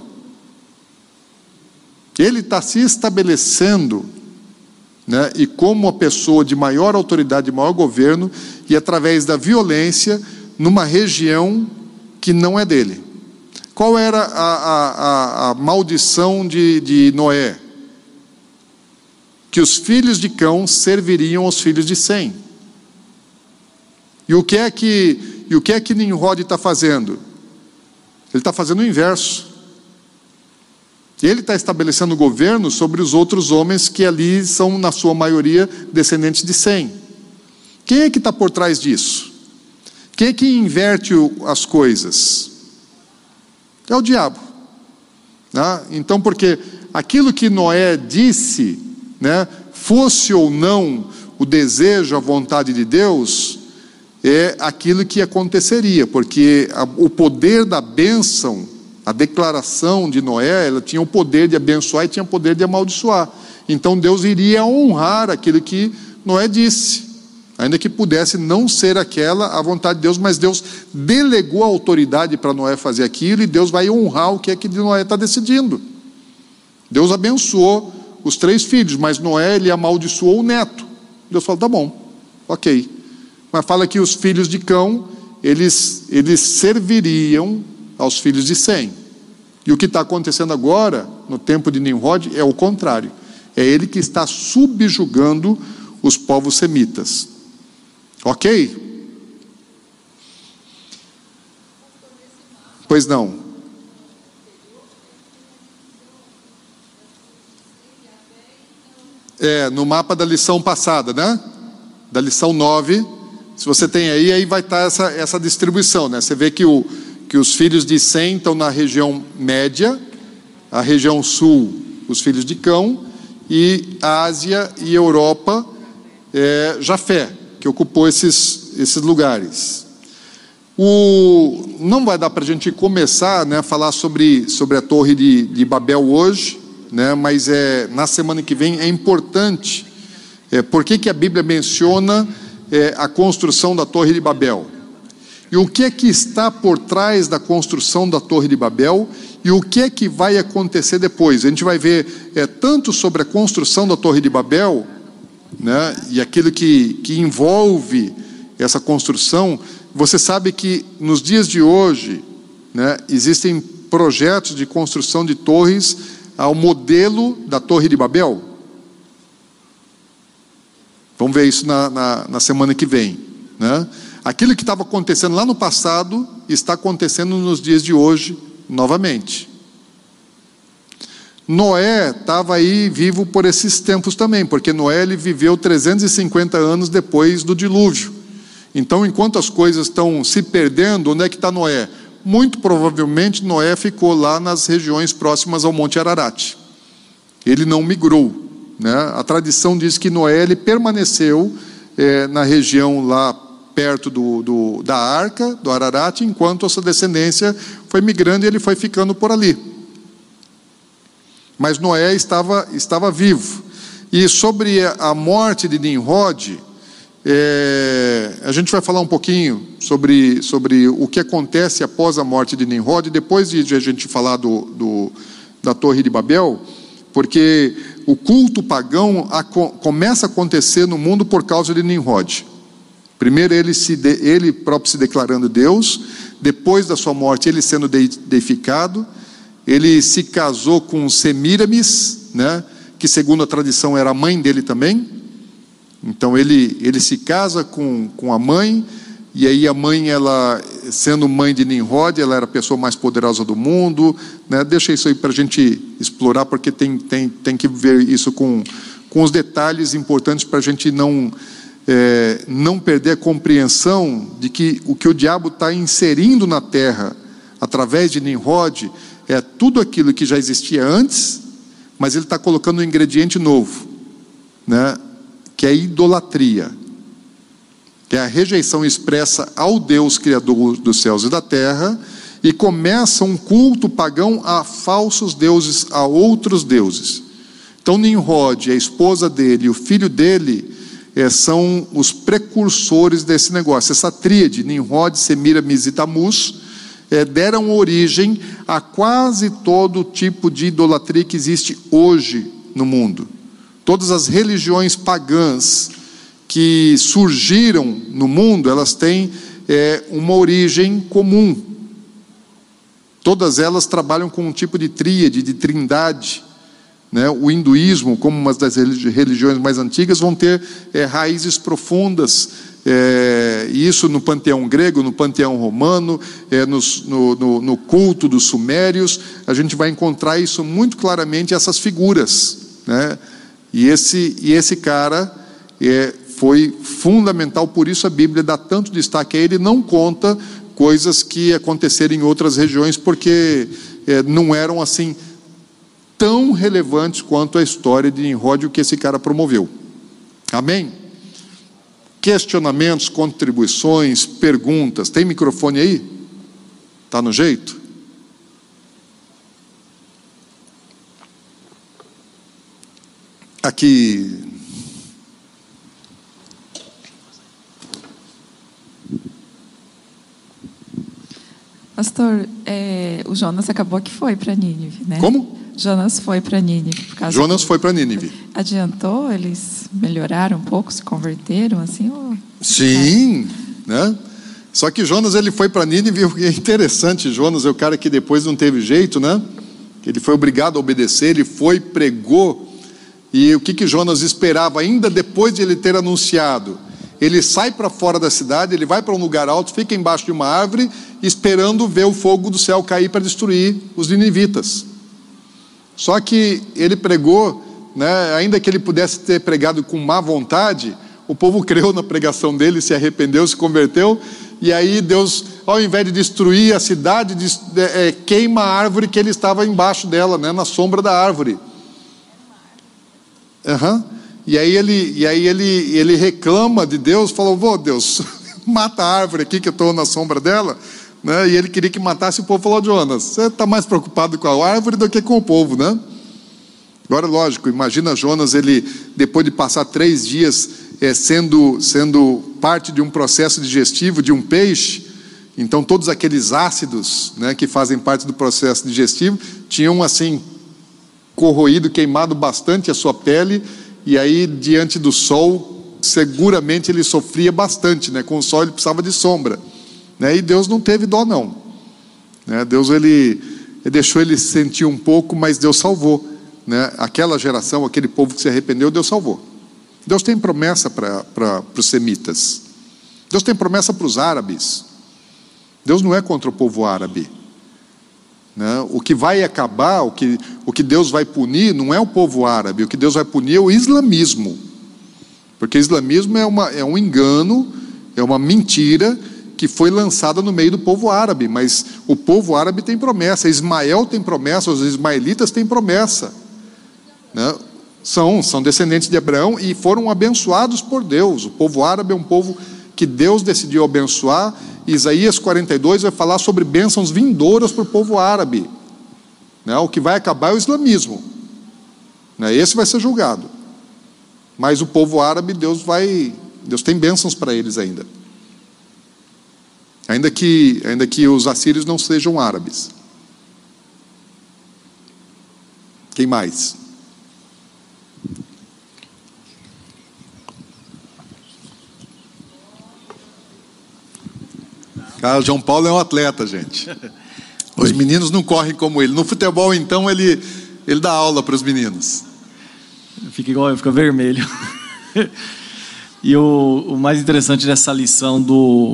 [SPEAKER 1] Ele está se estabelecendo, né, e como uma pessoa de maior autoridade, de maior governo, e através da violência, numa região que não é dele. Qual era a maldição de Noé? Que os filhos de Cão serviriam aos filhos de Sem. E o que é que Nimrod está fazendo? Ele está fazendo o inverso. Ele está estabelecendo governo sobre os outros homens que ali são, na sua maioria, descendentes de Sem. Quem é que está por trás disso? Quem é que inverte as coisas? É o diabo. Né? Então, porque aquilo que Noé disse, né, fosse ou não o desejo, a vontade de Deus, é aquilo que aconteceria, porque o poder da bênção, a declaração de Noé, ela tinha o poder de abençoar e tinha o poder de amaldiçoar. Então Deus iria honrar aquilo que Noé disse, ainda que pudesse não ser aquela a vontade de Deus, mas Deus delegou a autoridade para Noé fazer aquilo, e Deus vai honrar o que é que Noé está decidindo. Deus abençoou os 3 filhos, mas Noé, ele amaldiçoou o neto. Deus falou, tá bom, ok. Mas fala que os filhos de Cão, eles serviriam aos filhos de Sem. E o que está acontecendo agora, no tempo de Nimrod, é o contrário. É ele que está subjugando os povos semitas. Ok? Pois não. No mapa da lição passada, né? Da lição 9, se você tem aí vai estar essa distribuição, né? Você vê que os filhos de Sem estão na região média, a região sul, os filhos de Cão, e a Ásia e Europa, Jafé, que ocupou esses lugares. Não vai dar para a gente começar, né, a falar sobre a Torre de Babel hoje, né, mas na semana que vem é importante. Por que a Bíblia menciona a construção da Torre de Babel? E o que é que está por trás da construção da Torre de Babel? E o que é que vai acontecer depois? A gente vai ver tanto sobre a construção da Torre de Babel, né, e aquilo que envolve essa construção. Você sabe que nos dias de hoje, né, existem projetos de construção de torres ao modelo da Torre de Babel? Vamos ver isso na semana que vem, né? Aquilo que estava acontecendo lá no passado está acontecendo nos dias de hoje novamente. Noé estava aí vivo por esses tempos também, porque Noé ele viveu 350 anos depois do dilúvio. Então, enquanto as coisas estão se perdendo, onde é que está Noé? Muito provavelmente Noé ficou lá nas regiões próximas ao Monte Ararat. Ele não migrou, né? A tradição diz que Noé ele permaneceu na região lá perto da arca, do Ararat, enquanto a sua descendência foi migrando e ele foi ficando por ali. Mas Noé estava vivo. E sobre a morte de Nimrod, a gente vai falar um pouquinho sobre o que acontece após a morte de Nimrod, depois de a gente falar da Torre de Babel, porque o culto pagão começa a acontecer no mundo por causa de Nimrod. Primeiro ele próprio se declarando Deus, depois da sua morte ele sendo deificado, ele se casou com Semíramis, né, que segundo a tradição era a mãe dele também. Então ele se casa com a mãe, e aí a mãe, ela sendo mãe de Nimrod, ela era a pessoa mais poderosa do mundo, né? Deixa isso aí para a gente explorar, porque tem que ver isso com os detalhes importantes para a gente não perder a compreensão de que o que o diabo está inserindo na terra através de Nimrod é tudo aquilo que já existia antes, mas ele está colocando um ingrediente novo, né? Que é a idolatria, que é a rejeição expressa ao Deus Criador dos céus e da terra, e começa um culto pagão a falsos deuses, a outros deuses. Então Nimrod, a esposa dele e o filho dele são os precursores desse negócio. Essa tríade, Nimrod, Semíramis e Tamuz, deram origem a quase todo tipo de idolatria que existe hoje no mundo. Todas as religiões pagãs que surgiram no mundo, elas têm uma origem comum. Todas elas trabalham com um tipo de tríade, de trindade, né? O hinduísmo, como uma das religiões mais antigas, vão ter raízes profundas, isso no panteão grego, no panteão romano, no culto dos sumérios. A gente vai encontrar isso muito claramente, essas figuras, né? E esse cara foi fundamental, por isso a Bíblia dá tanto destaque a ele, não conta coisas que aconteceram em outras regiões, porque não eram assim tão relevantes quanto a história de Nimrod, o que esse cara promoveu. Amém? Questionamentos, contribuições, perguntas. Tem microfone aí? Está no jeito? Aqui.
[SPEAKER 2] Pastor, o Jonas acabou que foi para Nínive, né?
[SPEAKER 1] Como?
[SPEAKER 2] Jonas foi para Nínive.
[SPEAKER 1] Jonas foi para Nínive.
[SPEAKER 2] Adiantou? Eles melhoraram um pouco, se converteram assim? Ou...
[SPEAKER 1] Sim, né? Só que Jonas, ele foi para Nínive, e é interessante, Jonas é o cara que depois não teve jeito, né? Ele foi obrigado a obedecer, ele foi, pregou. E o que Jonas esperava ainda depois de ele ter anunciado? Ele sai para fora da cidade, ele vai para um lugar alto, fica embaixo de uma árvore, esperando ver o fogo do céu cair para destruir os ninivitas. Só que ele pregou, né, ainda que ele pudesse ter pregado com má vontade, o povo creu na pregação dele, se arrependeu, se converteu, e aí Deus, ao invés de destruir a cidade, queima a árvore que ele estava embaixo dela, né, na sombra da árvore. E aí ele reclama de Deus, falou: Deus, mata a árvore aqui que eu estou na sombra dela, né? E ele queria que matasse o povo. Falou: Jonas, você está mais preocupado com a árvore do que com o povo, né? Agora, lógico, imagina Jonas, ele, depois de passar 3 dias sendo parte de um processo digestivo de um peixe, então todos aqueles ácidos, né, que fazem parte do processo digestivo, tinham assim corroído, queimado bastante a sua pele, e aí diante do sol, seguramente ele sofria bastante, né? Com o sol ele precisava de sombra, né? E Deus não teve dó não, né? Deus ele deixou ele sentir um pouco, mas Deus salvou, né? Aquela geração, aquele povo que se arrependeu, Deus salvou. Deus tem promessa para os semitas, Deus tem promessa para os árabes. Deus não é contra o povo árabe, né? O que vai acabar, o que Deus vai punir não é o povo árabe, o que Deus vai punir é o islamismo, porque o islamismo é um engano, é uma mentira que foi lançada no meio do povo árabe, mas o povo árabe tem promessa, Ismael tem promessa, os ismaelitas têm promessa, né? São descendentes de Abraão e foram abençoados por Deus. O povo árabe é um povo que Deus decidiu abençoar. Isaías 42 vai falar sobre bênçãos vindouras para o povo árabe, né? O que vai acabar é o islamismo, né? Esse vai ser julgado, mas o povo árabe, Deus tem bênçãos para eles ainda que os assírios não sejam árabes. Quem mais? Cara, João Paulo é um atleta, gente. Os meninos não correm como ele. No futebol, então, ele dá aula para os meninos.
[SPEAKER 3] Fica igual, fica vermelho. E o mais interessante dessa lição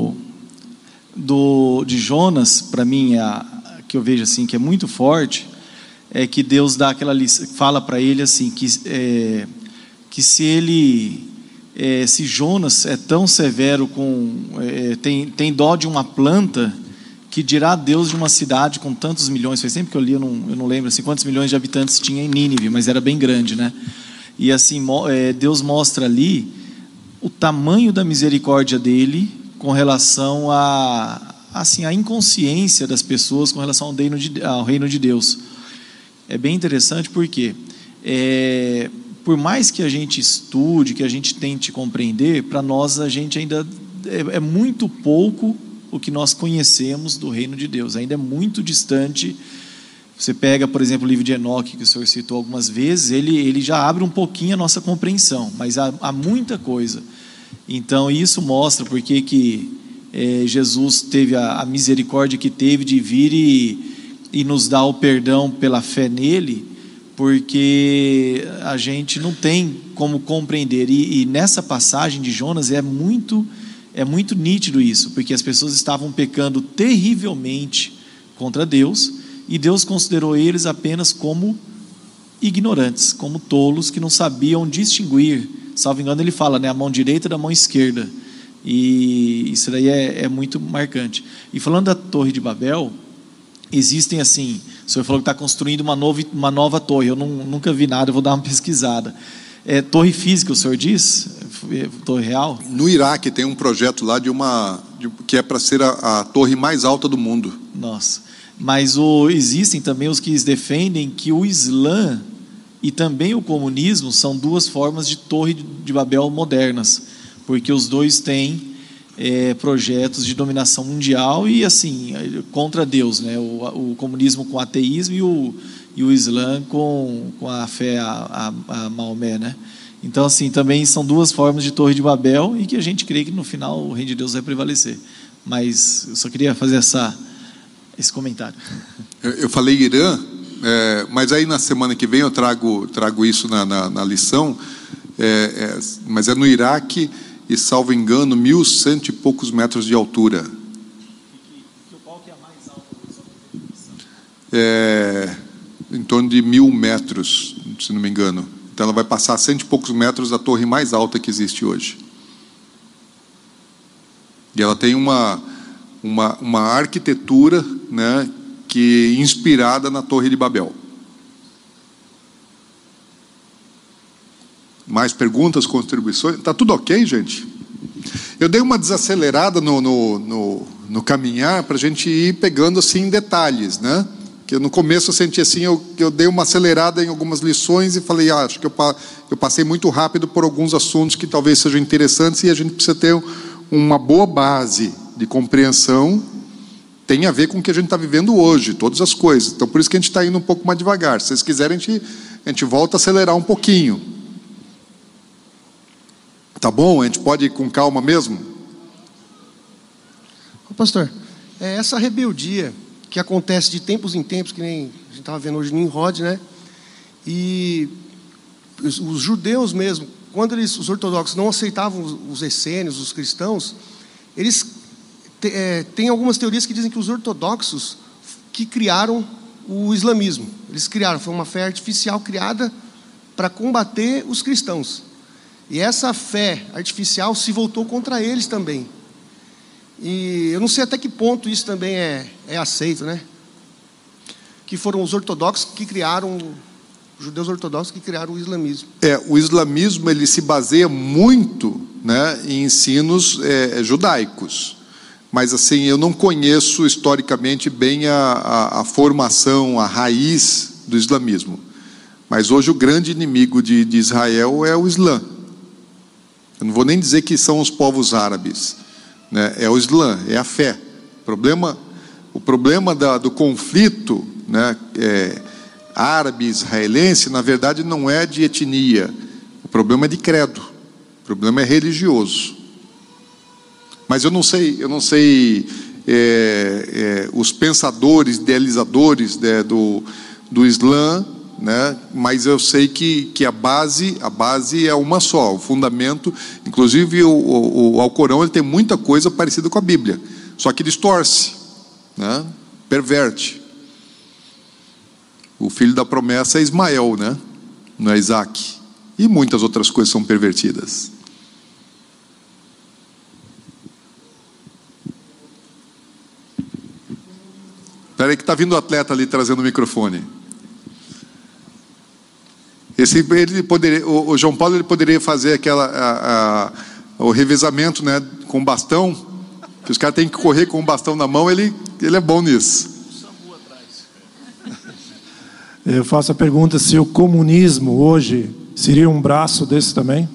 [SPEAKER 3] de Jonas, para mim, que eu vejo assim, que é muito forte, é que Deus dá aquela lição, fala para ele assim, que se Jonas é tão severo tem dó de uma planta, que dirá Deus de uma cidade com tantos milhões. Foi sempre que eu li, eu não lembro assim, quantos milhões de habitantes tinha em Nínive, mas era bem grande, né? E assim, Deus mostra ali o tamanho da misericórdia dele com relação à inconsciência das pessoas com relação ao reino de Deus. É bem interessante porque por mais que a gente estude, que a gente tente compreender, para nós a gente ainda é muito pouco o que nós conhecemos do reino de Deus, ainda é muito distante. Você pega, por exemplo, o livro de Enoque, que o senhor citou algumas vezes, ele já abre um pouquinho a nossa compreensão, mas há muita coisa. Então isso mostra porque que Jesus teve a misericórdia que teve de vir e nos dar o perdão pela fé nele, porque a gente não tem como compreender. E nessa passagem de Jonas é muito nítido isso, porque as pessoas estavam pecando terrivelmente contra Deus, e Deus considerou eles apenas como ignorantes, como tolos que não sabiam distinguir. Salvo engano, ele fala, né, a mão direita da mão esquerda. E isso daí é muito marcante. E falando da Torre de Babel, existem assim, o senhor falou que está construindo uma nova torre. Eu nunca vi nada, eu vou dar uma pesquisada. Torre física, o senhor diz? Torre real?
[SPEAKER 1] No Iraque tem um projeto lá que é para ser a torre mais alta do mundo.
[SPEAKER 3] Nossa. Mas existem também os que defendem que o Islã e também o comunismo são duas formas de Torre de Babel modernas, porque os dois têm projetos de dominação mundial e assim contra Deus, né? O comunismo com o ateísmo e o Islã com a fé a Maomé, né? Então assim, também são duas formas de Torre de Babel e que a gente crê que no final o reino de Deus vai prevalecer. Mas eu só queria fazer esse comentário.
[SPEAKER 1] Eu falei Irã, mas aí na semana que vem eu trago isso na lição, mas é no Iraque e, salvo engano, 1.100 e poucos metros de altura.
[SPEAKER 3] Qual que é a mais alta?
[SPEAKER 1] Em torno de 1.000 metros, se não me engano. Então ela vai passar a 100 e poucos metros da torre mais alta que existe hoje. E ela tem uma arquitetura, né, que inspirada na Torre de Babel. Mais perguntas, contribuições? Está tudo ok, gente? Eu dei uma desacelerada no caminhar para a gente ir pegando assim detalhes, né? Que no começo eu senti assim, eu dei uma acelerada em algumas lições e falei, acho que eu passei muito rápido por alguns assuntos que talvez sejam interessantes e a gente precisa ter uma boa base de compreensão. Tem a ver com o que a gente está vivendo hoje, todas as coisas. Então, por isso que a gente está indo um pouco mais devagar. Se vocês quiserem, a gente volta a acelerar um pouquinho. Tá bom? A gente pode ir com calma mesmo?
[SPEAKER 4] Pastor, essa rebeldia que acontece de tempos em tempos, que nem a gente estava vendo hoje em Nimrod, né? E os judeus mesmo, quando os ortodoxos não aceitavam os essênios, os cristãos, eles tem algumas teorias que dizem que os ortodoxos que criaram o islamismo. Eles criaram, foi uma fé artificial criada para combater os cristãos. E essa fé artificial se voltou contra eles também. E eu não sei até que ponto isso também é aceito, né? Que foram os ortodoxos que criaram, os judeus ortodoxos que criaram o islamismo.
[SPEAKER 1] O islamismo ele se baseia muito, né, em ensinos judaicos. Mas assim, eu não conheço historicamente bem a formação, a raiz do islamismo. Mas hoje o grande inimigo de Israel é o Islã. Eu não vou nem dizer que são os povos árabes, né? É o Islã, é a fé. O problema do conflito, né, árabe-israelense, na verdade, não é de etnia. O problema é de credo. O problema é religioso. Mas eu não sei os pensadores, idealizadores, né, do Islã, né? Mas eu sei que a base é uma só, o fundamento. Inclusive o Alcorão, ele tem muita coisa parecida com a Bíblia, só que distorce, né? Perverte. O filho da promessa é Ismael, né? Não é Isaac. E muitas outras coisas são pervertidas. Espera aí que está vindo o atleta ali trazendo o microfone. Ele poderia, o João Paulo, ele poderia fazer o revezamento, né, com bastão, que os caras têm que correr com o bastão na mão. Ele é bom nisso.
[SPEAKER 5] Eu faço a pergunta se o comunismo hoje seria um braço desse também?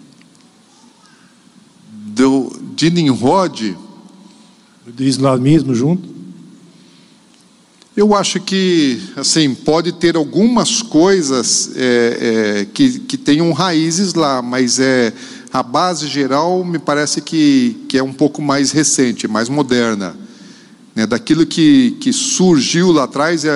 [SPEAKER 1] De Nimrod?
[SPEAKER 5] Do islamismo junto?
[SPEAKER 1] Eu acho que, assim, pode ter algumas coisas que tenham raízes lá, mas a base geral me parece que é um pouco mais recente, mais moderna, né? Daquilo que surgiu lá atrás,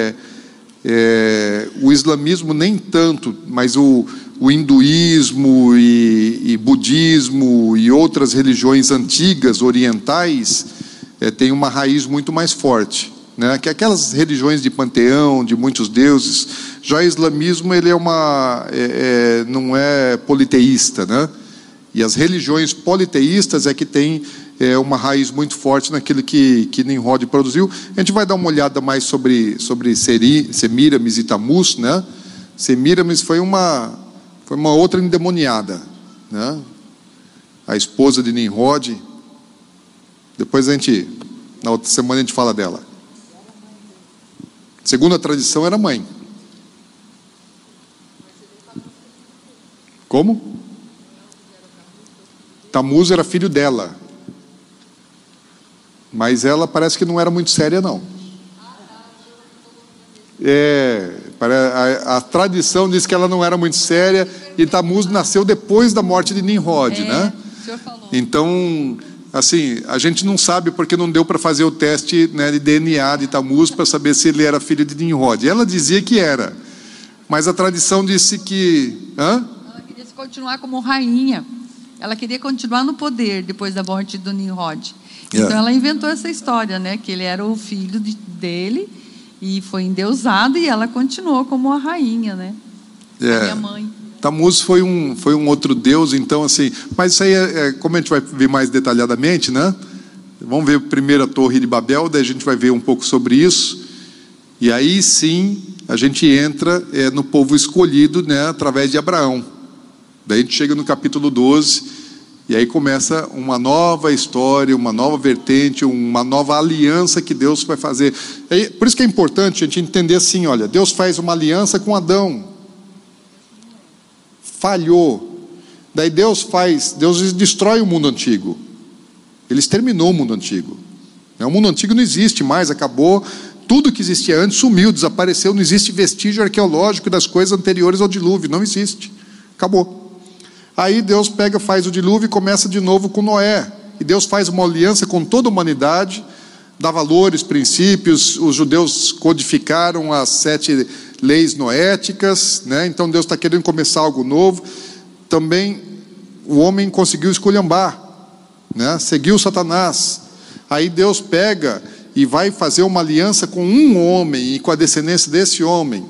[SPEAKER 1] o islamismo nem tanto, mas o hinduísmo e budismo e outras religiões antigas, orientais, tem uma raiz muito mais forte, né? Que aquelas religiões de panteão, de muitos deuses. Já o islamismo, ele não é politeísta, né? E as religiões politeístas é que tem uma raiz muito forte naquilo que Nimrod produziu. A gente vai dar uma olhada mais sobre Semíramis e Tamuz, né? Semíramis foi uma outra endemoniada, né? A esposa de Nimrod. Depois na outra semana a gente fala dela. Segundo a tradição, era mãe. Como? Tamuz era filho dela. Mas ela parece que não era muito séria, não. A tradição diz que ela não era muito séria, e Tamuz nasceu depois da morte de Nimrod, né?
[SPEAKER 2] O senhor falou.
[SPEAKER 1] Então, assim, a gente não sabe porque não deu para fazer o teste, né, de DNA de Tamuz para saber se ele era filho de Nimrod. Ela dizia que era, mas a tradição disse que...
[SPEAKER 2] Ela queria continuar como rainha. Ela queria continuar no poder depois da morte do Nimrod. Então ela inventou essa história, né, que ele era o filho dele e foi endeusado, e ela continuou como a rainha, né? A minha mãe.
[SPEAKER 1] Tamuz foi um outro deus, então, assim, mas isso aí como a gente vai ver mais detalhadamente, né? Vamos ver primeiro a Torre de Babel, daí a gente vai ver um pouco sobre isso, e aí sim a gente entra no povo escolhido, né, através de Abraão. Daí a gente chega no capítulo 12, e aí começa uma nova história, uma nova vertente, uma nova aliança que Deus vai fazer. Por isso que é importante a gente entender assim, olha, Deus faz uma aliança com Adão. Falhou. Daí Deus destrói o mundo antigo. Ele exterminou o mundo antigo. O mundo antigo não existe mais, acabou. Tudo que existia antes sumiu, desapareceu, não existe vestígio arqueológico das coisas anteriores ao dilúvio, não existe. Acabou. Aí Deus faz o dilúvio e começa de novo com Noé. E Deus faz uma aliança com toda a humanidade, dá valores, princípios. Os judeus codificaram as 7 leis noéticas, né? Então Deus está querendo começar algo novo. Também o homem conseguiu esculhambar, né? Seguiu Satanás. Aí Deus pega e vai fazer uma aliança com um homem e com a descendência desse homem,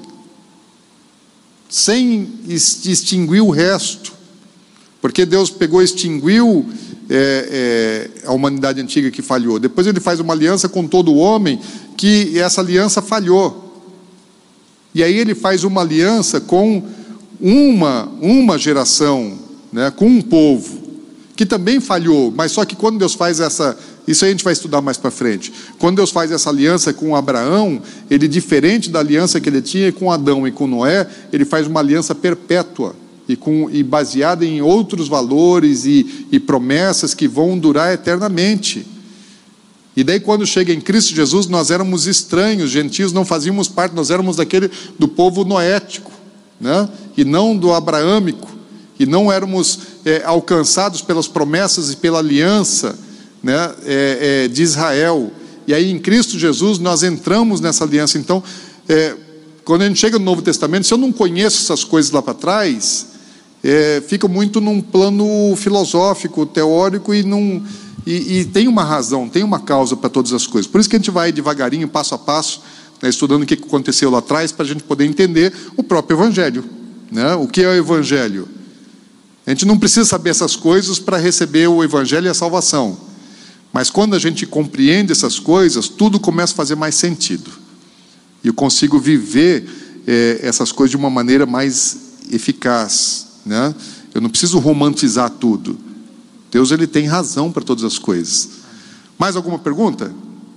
[SPEAKER 1] sem extinguir o resto. Porque Deus pegou e extinguiu a humanidade antiga que falhou. Depois ele faz uma aliança com todo o homem, que essa aliança falhou. E aí ele faz uma aliança com uma geração, né, com um povo, que também falhou. Mas só que quando Deus faz isso aí a gente vai estudar mais para frente. Quando Deus faz essa aliança com Abraão, ele, diferente da aliança que ele tinha com Adão e com Noé, ele faz uma aliança perpétua. E baseada em outros valores e promessas que vão durar eternamente. E daí quando chega em Cristo Jesus, nós éramos estranhos, gentios, não fazíamos parte, nós éramos do povo noético, né? E não do abraâmico, e não éramos alcançados pelas promessas e pela aliança, né, de Israel. E aí em Cristo Jesus nós entramos nessa aliança. Então, quando a gente chega no Novo Testamento, se eu não conheço essas coisas lá para trás, fica muito num plano filosófico, teórico, e tem uma razão, tem uma causa para todas as coisas. Por isso que a gente vai devagarinho, passo a passo, né, estudando o que aconteceu lá atrás, para a gente poder entender o próprio Evangelho, né? O que é o Evangelho? A gente não precisa saber essas coisas para receber o Evangelho e a salvação. Mas quando a gente compreende essas coisas, tudo começa a fazer mais sentido. E eu consigo viver essas coisas de uma maneira mais eficaz, né? Eu não preciso romantizar tudo. Deus, ele tem razão para todas as coisas. Mais alguma pergunta?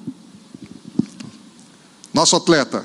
[SPEAKER 1] Nosso atleta.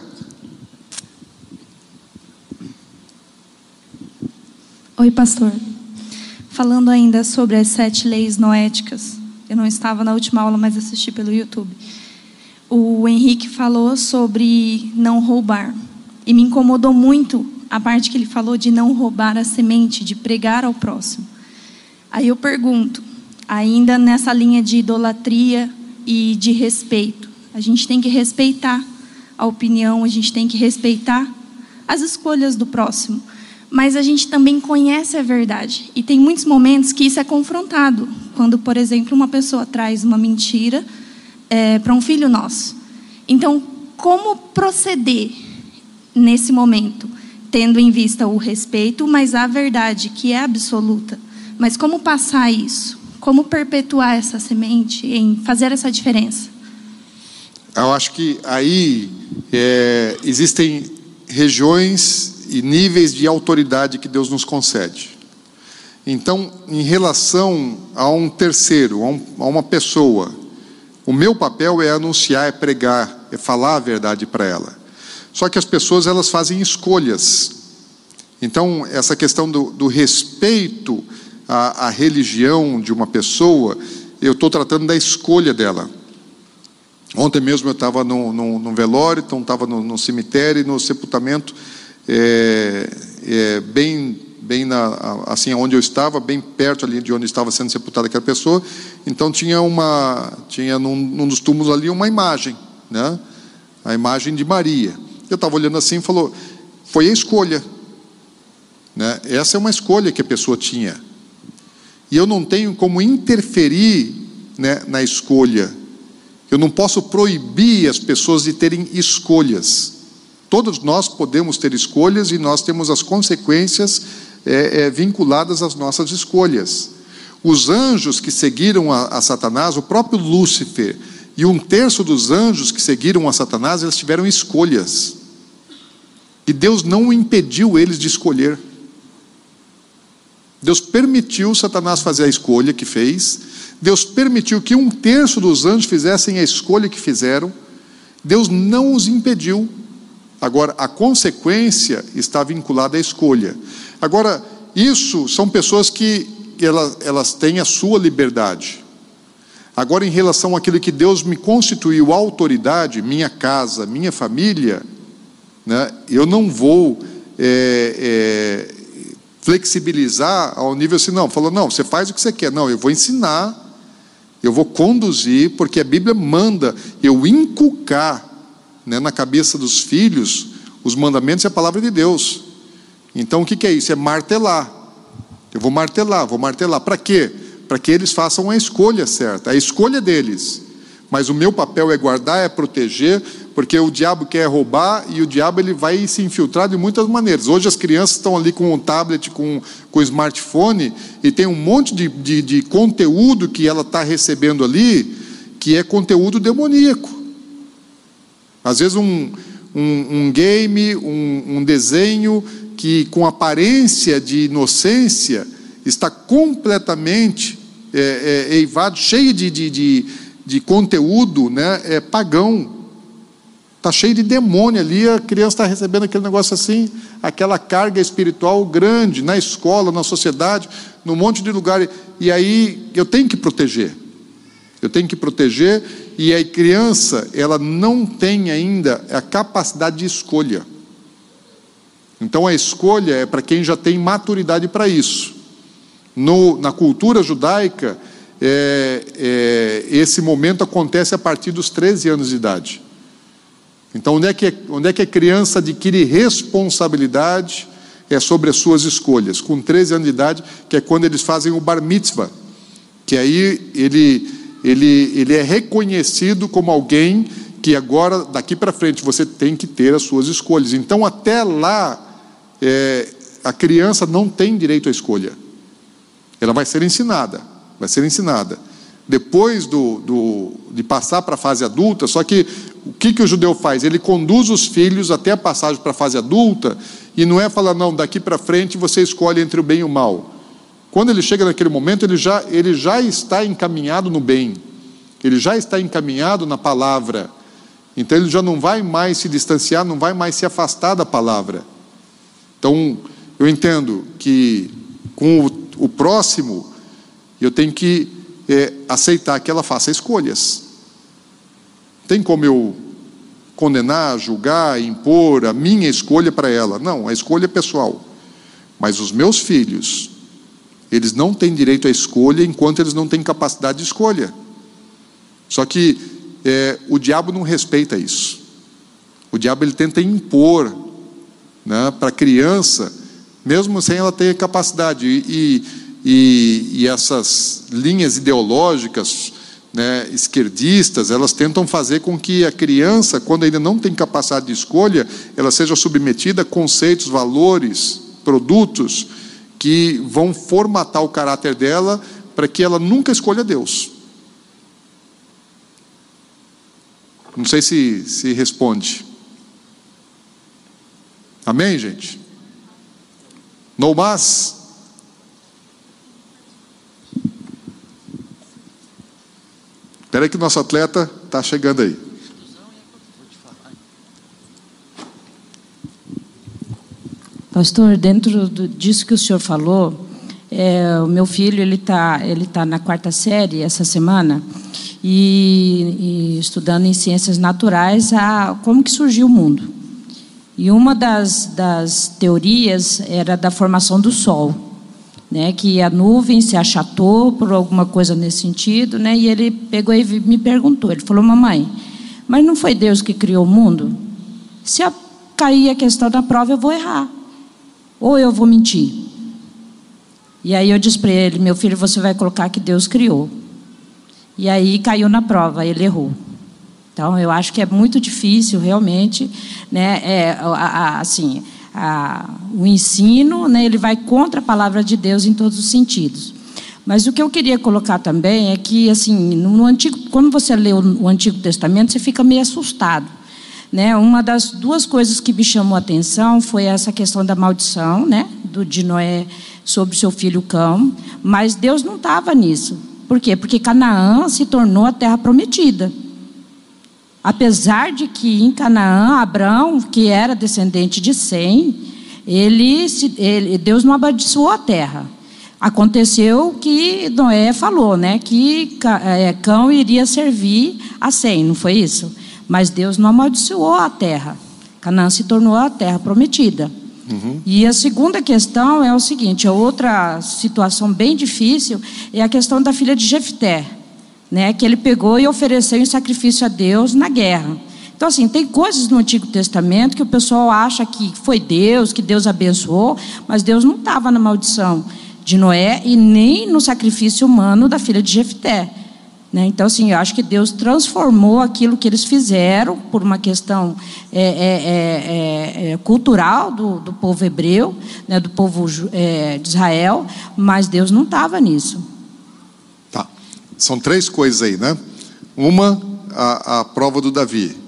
[SPEAKER 6] Oi, pastor. Falando ainda sobre as 7 leis noéticas, eu não estava na última aula, mas assisti pelo YouTube. O Henrique falou sobre não roubar. E me incomodou muito a parte que ele falou de não roubar a semente, de pregar ao próximo. Aí eu pergunto, ainda nessa linha de idolatria e de respeito, a gente tem que respeitar a opinião, a gente tem que respeitar as escolhas do próximo. Mas a gente também conhece a verdade. E tem muitos momentos que isso é confrontado. Quando, por exemplo, uma pessoa traz uma mentira para um filho nosso. Então, como proceder nesse momento? Tendo em vista o respeito, mas a verdade que é absoluta. Mas como passar isso? Como perpetuar essa semente em fazer essa diferença?
[SPEAKER 1] Eu acho que aí existem regiões e níveis de autoridade que Deus nos concede. Então, em relação a um terceiro, a uma pessoa, o meu papel é anunciar, é pregar, é falar a verdade para ela. Só que as pessoas, elas fazem escolhas. Então, essa questão do respeito à religião de uma pessoa, eu estou tratando da escolha dela. Ontem mesmo eu estava num velório, então estava no cemitério, no sepultamento, bem assim onde eu estava, bem perto ali de onde estava sendo sepultada aquela pessoa. Então tinha num dos túmulos ali uma imagem, né? A imagem de Maria. Eu estava olhando assim e falou, foi a escolha, né? Essa é uma escolha que a pessoa tinha. E eu não tenho como interferir, né, na escolha. Eu não posso proibir as pessoas de terem escolhas. Todos nós podemos ter escolhas e nós temos as consequências vinculadas às nossas escolhas. Os anjos que seguiram a Satanás, o próprio Lúcifer e 1/3 dos anjos que seguiram a Satanás, eles tiveram escolhas. E Deus não impediu eles de escolher. Deus permitiu Satanás fazer a escolha que fez. Deus permitiu que 1/3 dos anjos fizessem a escolha que fizeram. Deus não os impediu. Agora, a consequência está vinculada à escolha. Agora, isso são pessoas que elas têm a sua liberdade. Agora, em relação àquilo que Deus me constituiu autoridade, minha casa, minha família, né, eu não vou flexibilizar ao nível assim, não, falou, não, você faz o que você quer. Não, eu vou ensinar, eu vou conduzir, porque a Bíblia manda eu inculcar, né, na cabeça dos filhos os mandamentos e a palavra de Deus. Então o que é isso? É martelar. Eu vou martelar. Para quê? Para que eles façam a escolha certa, a escolha deles. Mas o meu papel é guardar, é proteger, porque o diabo quer roubar e o diabo ele vai se infiltrar de muitas maneiras. Hoje as crianças estão ali com um tablet, com o smartphone, e tem um monte de conteúdo que ela está recebendo ali, que é conteúdo demoníaco. Às vezes um game, um desenho que com aparência de inocência está completamente eivado, cheio de conteúdo, né, pagão. Está cheio de demônio ali, a criança está recebendo aquele negócio assim, aquela carga espiritual grande, na escola, na sociedade, num monte de lugar. E aí eu tenho que proteger. E a criança, ela não tem ainda a capacidade de escolha. Então a escolha é para quem já tem maturidade para isso. Na cultura judaica, esse momento acontece a partir dos 13 anos de idade. Então, onde é que a criança adquire responsabilidade? É sobre as suas escolhas. Com 13 anos de idade, que é quando eles fazem o bar mitzvah, que aí ele é reconhecido como alguém que agora, daqui para frente, você tem que ter as suas escolhas. Então, até lá, a criança não tem direito à escolha. Ela vai ser ensinada. Depois de passar para a fase adulta, só que o que o judeu faz? Ele conduz os filhos até a passagem para a fase adulta, e não é falar, não, daqui para frente você escolhe entre o bem e o mal. Quando ele chega naquele momento, ele já está encaminhado no bem, ele já está encaminhado na palavra, então ele já não vai mais se distanciar, não vai mais se afastar da palavra. Então, eu entendo que com o próximo, eu tenho que aceitar que ela faça escolhas. Tem como eu condenar, julgar, impor a minha escolha para ela? Não, a escolha é pessoal. Mas os meus filhos, eles não têm direito à escolha enquanto eles não têm capacidade de escolha. Só que o diabo não respeita isso. O diabo ele tenta impor, né, para a criança, mesmo sem ela ter capacidade. E essas linhas ideológicas, né, esquerdistas, elas tentam fazer com que a criança, quando ainda não tem capacidade de escolha, ela seja submetida a conceitos, valores, produtos que vão formatar o caráter dela para que ela nunca escolha Deus. Não sei se responde. Amém, gente? No mas? Espera aí que o nosso atleta está chegando aí.
[SPEAKER 7] Pastor, dentro disso que o senhor falou, o meu filho ele tá na 4ª série essa semana e estudando em ciências naturais como que surgiu o mundo. E uma das teorias era da formação do Sol, né, que a nuvem se achatou por alguma coisa nesse sentido, né, e ele pegou e me perguntou, ele falou, mamãe, mas não foi Deus que criou o mundo? Se cair a questão da prova, eu vou errar, ou eu vou mentir. E aí eu disse para ele, meu filho, você vai colocar que Deus criou. E aí caiu na prova, ele errou. Então, eu acho que é muito difícil, realmente, né, o ensino, né, ele vai contra a palavra de Deus em todos os sentidos. Mas o que eu queria colocar também é que, assim, quando você lê o Antigo Testamento, você fica meio assustado, né? Uma das 2 coisas que me chamou a atenção foi essa questão da maldição, né, de Noé sobre seu filho Cão, mas Deus não estava nisso. Por quê? Porque Canaã se tornou a terra prometida. Apesar de que em Canaã, Abrão, que era descendente de Sem, Deus não abençoou a terra. Aconteceu que Noé falou, né, que Cão iria servir a Sem, não foi isso? Mas Deus não amaldiçoou a terra. Canaã se tornou a terra prometida. Uhum. E a segunda questão é o seguinte, a outra situação bem difícil é a questão da filha de Jefté, né, que ele pegou e ofereceu em sacrifício a Deus na guerra. Então, assim, tem coisas no Antigo Testamento que o pessoal acha que foi Deus, que Deus abençoou, mas Deus não estava na maldição de Noé e nem no sacrifício humano da filha de Jefté, né? Então, assim, eu acho que Deus transformou aquilo que eles fizeram por uma questão cultural do povo hebreu, né, do povo de Israel, mas Deus não estava nisso.
[SPEAKER 1] Tá. São 3 coisas aí, né? Uma, a prova do Davi.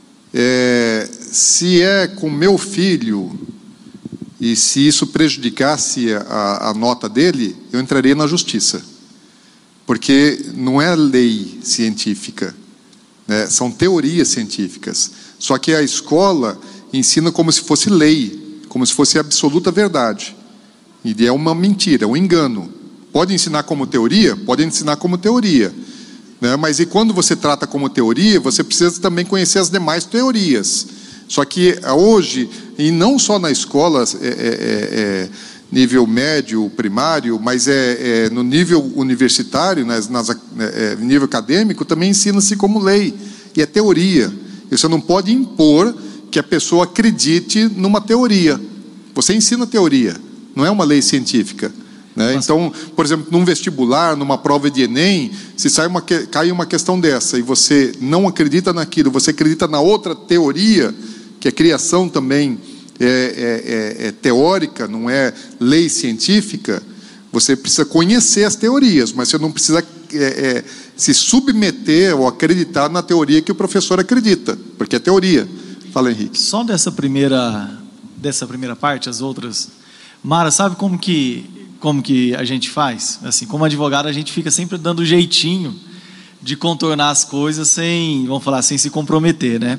[SPEAKER 1] Se é com meu filho e se isso prejudicasse a nota dele, eu entraria na justiça. Porque não é lei científica, né? São teorias científicas. Só que a escola ensina como se fosse lei, como se fosse absoluta verdade. E é uma mentira, um engano. Pode ensinar como teoria? Pode ensinar como teoria, né? Mas e quando você trata como teoria, você precisa também conhecer as demais teorias. Só que hoje, e não só na escola nível médio, primário, mas no nível universitário, nível acadêmico, também ensina-se como lei, e é teoria. E você não pode impor que a pessoa acredite numa teoria. Você ensina teoria, não é uma lei científica, né? Então, por exemplo, num vestibular, numa prova de Enem, se cai uma questão dessa e você não acredita naquilo, você acredita na outra teoria, que a criação também é teórica, não é lei científica, você precisa conhecer as teorias, mas você não precisa se submeter ou acreditar na teoria que o professor acredita, porque é teoria. Fala, Henrique.
[SPEAKER 3] Só dessa primeira parte, as outras... Mara, sabe como que a gente faz? Assim, como advogado, a gente fica sempre dando jeitinho de contornar as coisas sem, vamos falar, sem se comprometer, né?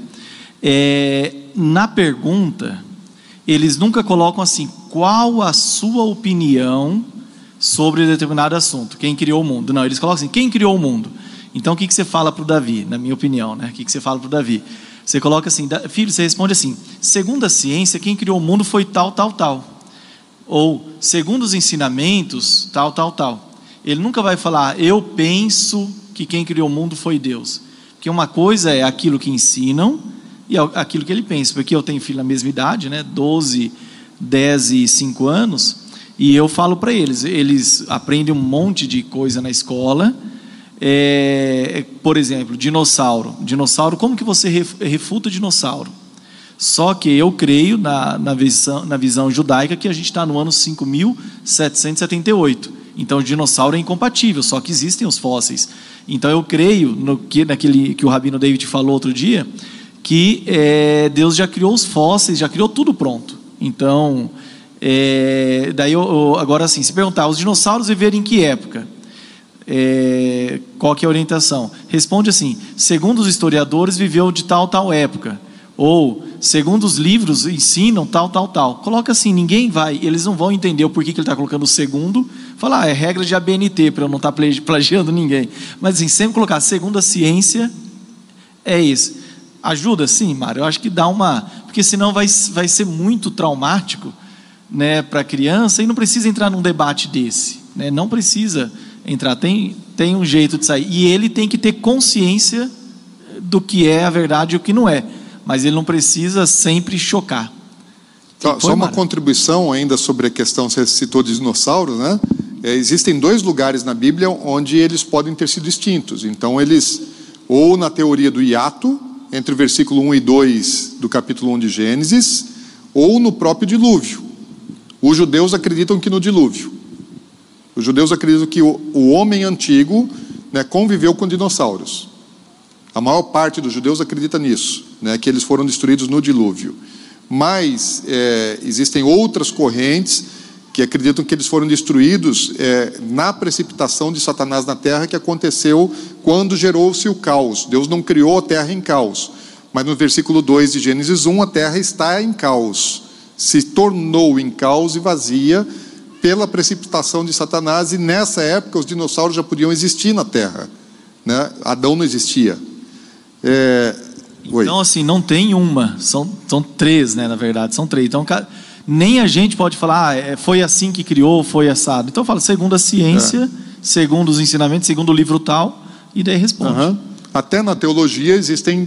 [SPEAKER 3] Na pergunta, eles nunca colocam assim, qual a sua opinião sobre determinado assunto? Quem criou o mundo? Não, eles colocam assim, quem criou o mundo? Então, o que você fala para o Davi? Na minha opinião, né? O que você fala para o Davi? Você coloca assim, filho, você responde assim, segundo a ciência, quem criou o mundo foi tal, tal, tal. Ou, segundo os ensinamentos, tal, tal, tal. Ele nunca vai falar, eu penso que quem criou o mundo foi Deus. Porque uma coisa é aquilo que ensinam e aquilo que ele pensa. Porque eu tenho filho na mesma idade, né? 12, 10 e 5 anos, e eu falo para eles aprendem um monte de coisa na escola. Por exemplo, dinossauro, como que você refuta dinossauro? Só que eu creio na visão judaica que a gente está no ano 5.778, então o dinossauro é incompatível, só que existem os fósseis. Então eu creio naquele que o Rabino David falou outro dia, que Deus já criou os fósseis, já criou tudo pronto. Então daí agora assim, se perguntar, os dinossauros viveram em que época? Qual que é a orientação? Responde assim, segundo os historiadores viveu de tal época, ou segundo os livros ensinam tal. Coloca assim, eles não vão entender o porquê que ele está colocando o segundo. Fala, é regra de ABNT para eu não estar plagiando ninguém, mas assim, sempre colocar segundo a ciência é isso. Ajuda sim, Mário, eu acho que dá porque senão vai ser muito traumático, né, para a criança, e não precisa entrar num debate desse, né? Não precisa entrar, tem um jeito de sair, e ele tem que ter consciência do que é a verdade e o que não é, mas ele não precisa sempre chocar.
[SPEAKER 1] Só uma contribuição ainda sobre a questão, você citou de dinossauros, né? Existem 2 lugares na Bíblia onde eles podem ter sido extintos. Então eles, ou na teoria do hiato, entre o versículo 1 e 2 do capítulo 1 de Gênesis, ou no próprio dilúvio. Os judeus acreditam que no dilúvio. Os judeus acreditam que o homem antigo, né, conviveu com dinossauros. A maior parte dos judeus acredita nisso, né, que eles foram destruídos no dilúvio. Mas existem outras correntes que acreditam que eles foram destruídos na precipitação de Satanás na terra, que aconteceu quando gerou-se o caos. Deus não criou a terra em caos, mas no versículo 2 de Gênesis 1, a terra está em caos, se tornou em caos e vazia pela precipitação de Satanás, e nessa época os dinossauros já podiam existir na terra, né? Adão não existia.
[SPEAKER 3] Então assim, não tem uma, são 3, né, na verdade, são 3. Então nem a gente pode falar, foi assim que criou, foi assado. Então fala, segundo a ciência, segundo os ensinamentos, segundo o livro tal, e daí responde.
[SPEAKER 1] Até na teologia existem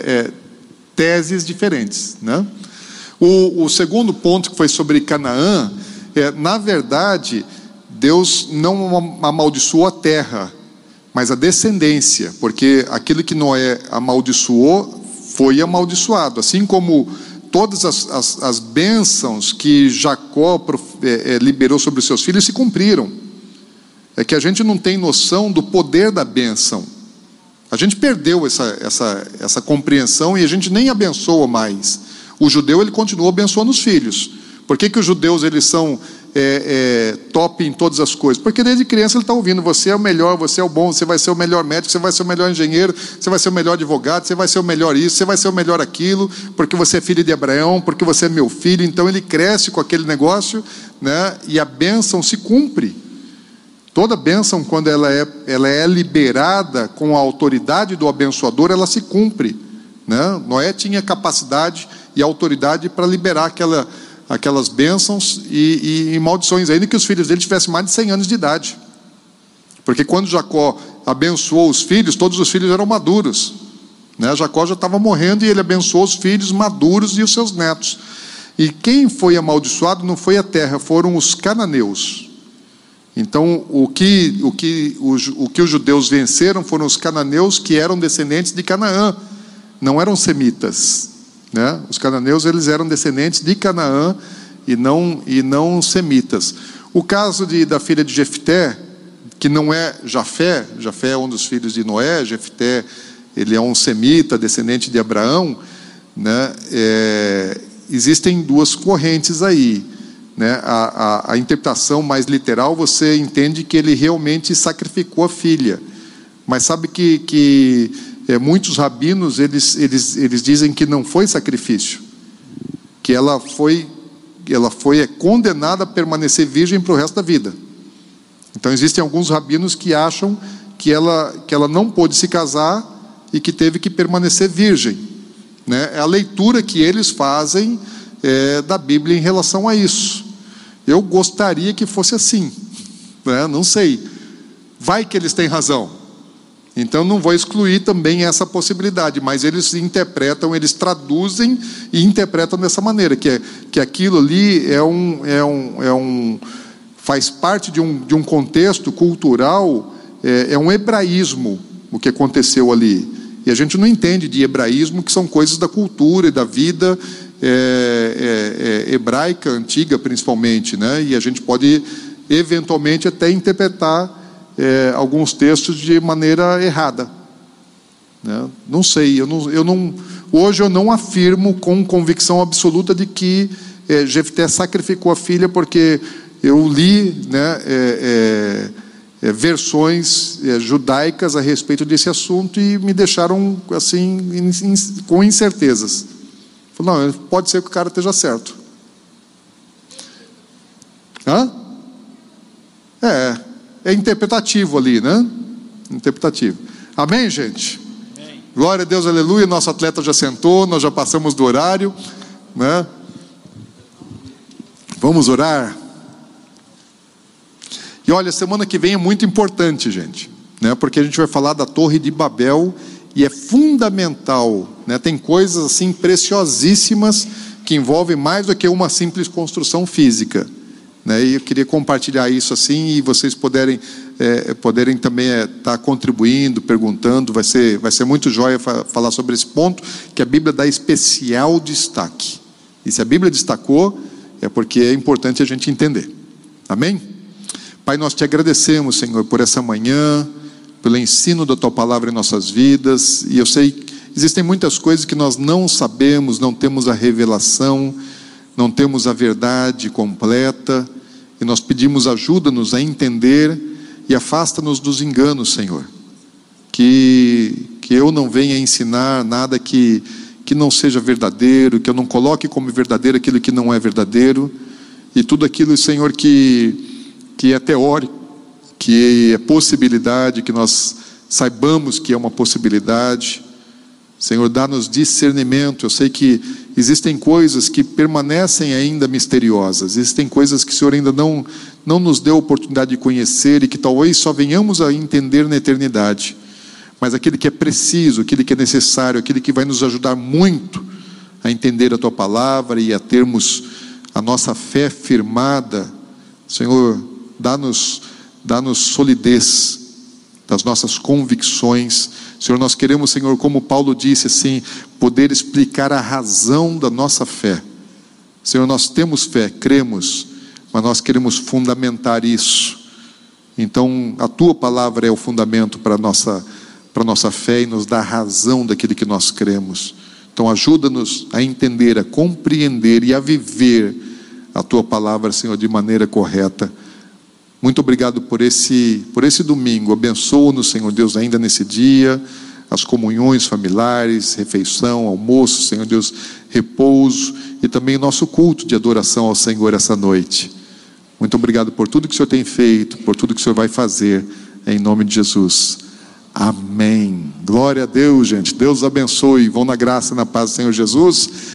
[SPEAKER 1] teses diferentes, né? O segundo ponto, que foi sobre Canaã, na verdade, Deus não amaldiçoou a terra, mas a descendência, porque aquilo que Noé amaldiçoou foi amaldiçoado, assim como todas as bênçãos que Jacó liberou sobre os seus filhos se cumpriram. É que a gente não tem noção do poder da bênção. A gente perdeu essa compreensão e a gente nem abençoa mais. O judeu, ele continua abençoando os filhos. Por que os judeus, eles são top em todas as coisas? Porque desde criança ele está ouvindo, você é o melhor, você é o bom, você vai ser o melhor médico, você vai ser o melhor engenheiro, você vai ser o melhor advogado, você vai ser o melhor isso, você vai ser o melhor aquilo, porque você é filho de Abraão, porque você é meu filho. Então ele cresce com aquele negócio, né? E a bênção se cumpre. Toda bênção, quando ela é liberada com a autoridade do abençoador, ela se cumpre, né? Noé tinha capacidade e autoridade para liberar aquelas bênçãos e maldições, ainda que os filhos dele tivessem mais de 100 anos de idade. Porque quando Jacó abençoou os filhos, todos os filhos eram maduros, né? Jacó já estava morrendo e ele abençoou os filhos maduros e os seus netos. E quem foi amaldiçoado não foi a terra, foram os cananeus. Então, o que os judeus venceram foram os cananeus, que eram descendentes de Canaã, não eram semitas, né? Os cananeus, eles eram descendentes de Canaã e não semitas. O caso da filha de Jefté, que não é Jafé é um dos filhos de Noé, Jefté, ele é um semita, descendente de Abraão, né? Existem duas correntes aí, né? A interpretação mais literal, você entende que ele realmente sacrificou a filha, mas sabe que muitos rabinos, eles dizem que não foi sacrifício, que ela foi condenada a permanecer virgem para o resto da vida. Então existem alguns rabinos que acham que ela não pôde se casar e que teve que permanecer virgem, né? É a leitura que eles fazem da Bíblia em relação a isso. Eu gostaria que fosse assim, né? Não sei, vai que eles têm razão, então não vou excluir também essa possibilidade, mas eles interpretam, eles traduzem e interpretam dessa maneira, que aquilo ali faz parte de um contexto cultural, é um hebraísmo o que aconteceu ali, e a gente não entende de hebraísmo, que são coisas da cultura e da vida hebraica antiga principalmente, né? E a gente pode eventualmente até interpretar alguns textos de maneira errada, né? Não sei, hoje eu não afirmo com convicção absoluta de que Jefté sacrificou a filha, porque eu li, né, versões judaicas a respeito desse assunto e me deixaram assim com incertezas. Não, pode ser que o cara esteja certo. É interpretativo ali, né? Interpretativo. Amém, gente? Amém. Glória a Deus, aleluia. Nosso atleta já sentou, nós já passamos do horário, né? Vamos orar. E olha, semana que vem é muito importante, gente, né? Porque a gente vai falar da Torre de Babel e é fundamental, né? Tem coisas assim preciosíssimas que envolvem mais do que uma simples construção física, né? E eu queria compartilhar isso assim, e vocês poderem também estar contribuindo, perguntando. Vai ser muito joia falar sobre esse ponto, que a Bíblia dá especial destaque. E se a Bíblia destacou, é porque é importante a gente entender. Amém? Pai, nós te agradecemos, Senhor, por essa manhã, pelo ensino da Tua Palavra em nossas vidas, e eu sei que existem muitas coisas que nós não sabemos, não temos a revelação, não temos a verdade completa, e nós pedimos, ajuda-nos a entender e afasta-nos dos enganos, Senhor, que eu não venha ensinar nada que não seja verdadeiro, que eu não coloque como verdadeiro aquilo que não é verdadeiro, e tudo aquilo, Senhor, que é teórico, que é possibilidade, que nós saibamos que é uma possibilidade. Senhor, dá-nos discernimento. Eu sei que existem coisas que permanecem ainda misteriosas, existem coisas que o Senhor ainda não nos deu a oportunidade de conhecer e que talvez só venhamos a entender na eternidade. Mas aquele que é preciso, aquele que é necessário, aquele que vai nos ajudar muito a entender a Tua Palavra e a termos a nossa fé firmada, Senhor, dá-nos solidez das nossas convicções. Senhor, nós queremos, Senhor, como Paulo disse assim, poder explicar a razão da nossa fé. Senhor, nós temos fé, cremos, mas nós queremos fundamentar isso. Então, a Tua Palavra é o fundamento para a nossa fé e nos dá a razão daquilo que nós cremos. Então, ajuda-nos a entender, a compreender e a viver a Tua Palavra, Senhor, de maneira correta. Muito obrigado por esse domingo. Abençoa-nos, Senhor Deus, ainda nesse dia, as comunhões familiares, refeição, almoço, Senhor Deus, repouso, e também o nosso culto de adoração ao Senhor essa noite. Muito obrigado por tudo que o Senhor tem feito, por tudo que o Senhor vai fazer, em nome de Jesus. Amém. Glória a Deus, gente. Deus abençoe. Vão na graça e na paz do Senhor Jesus.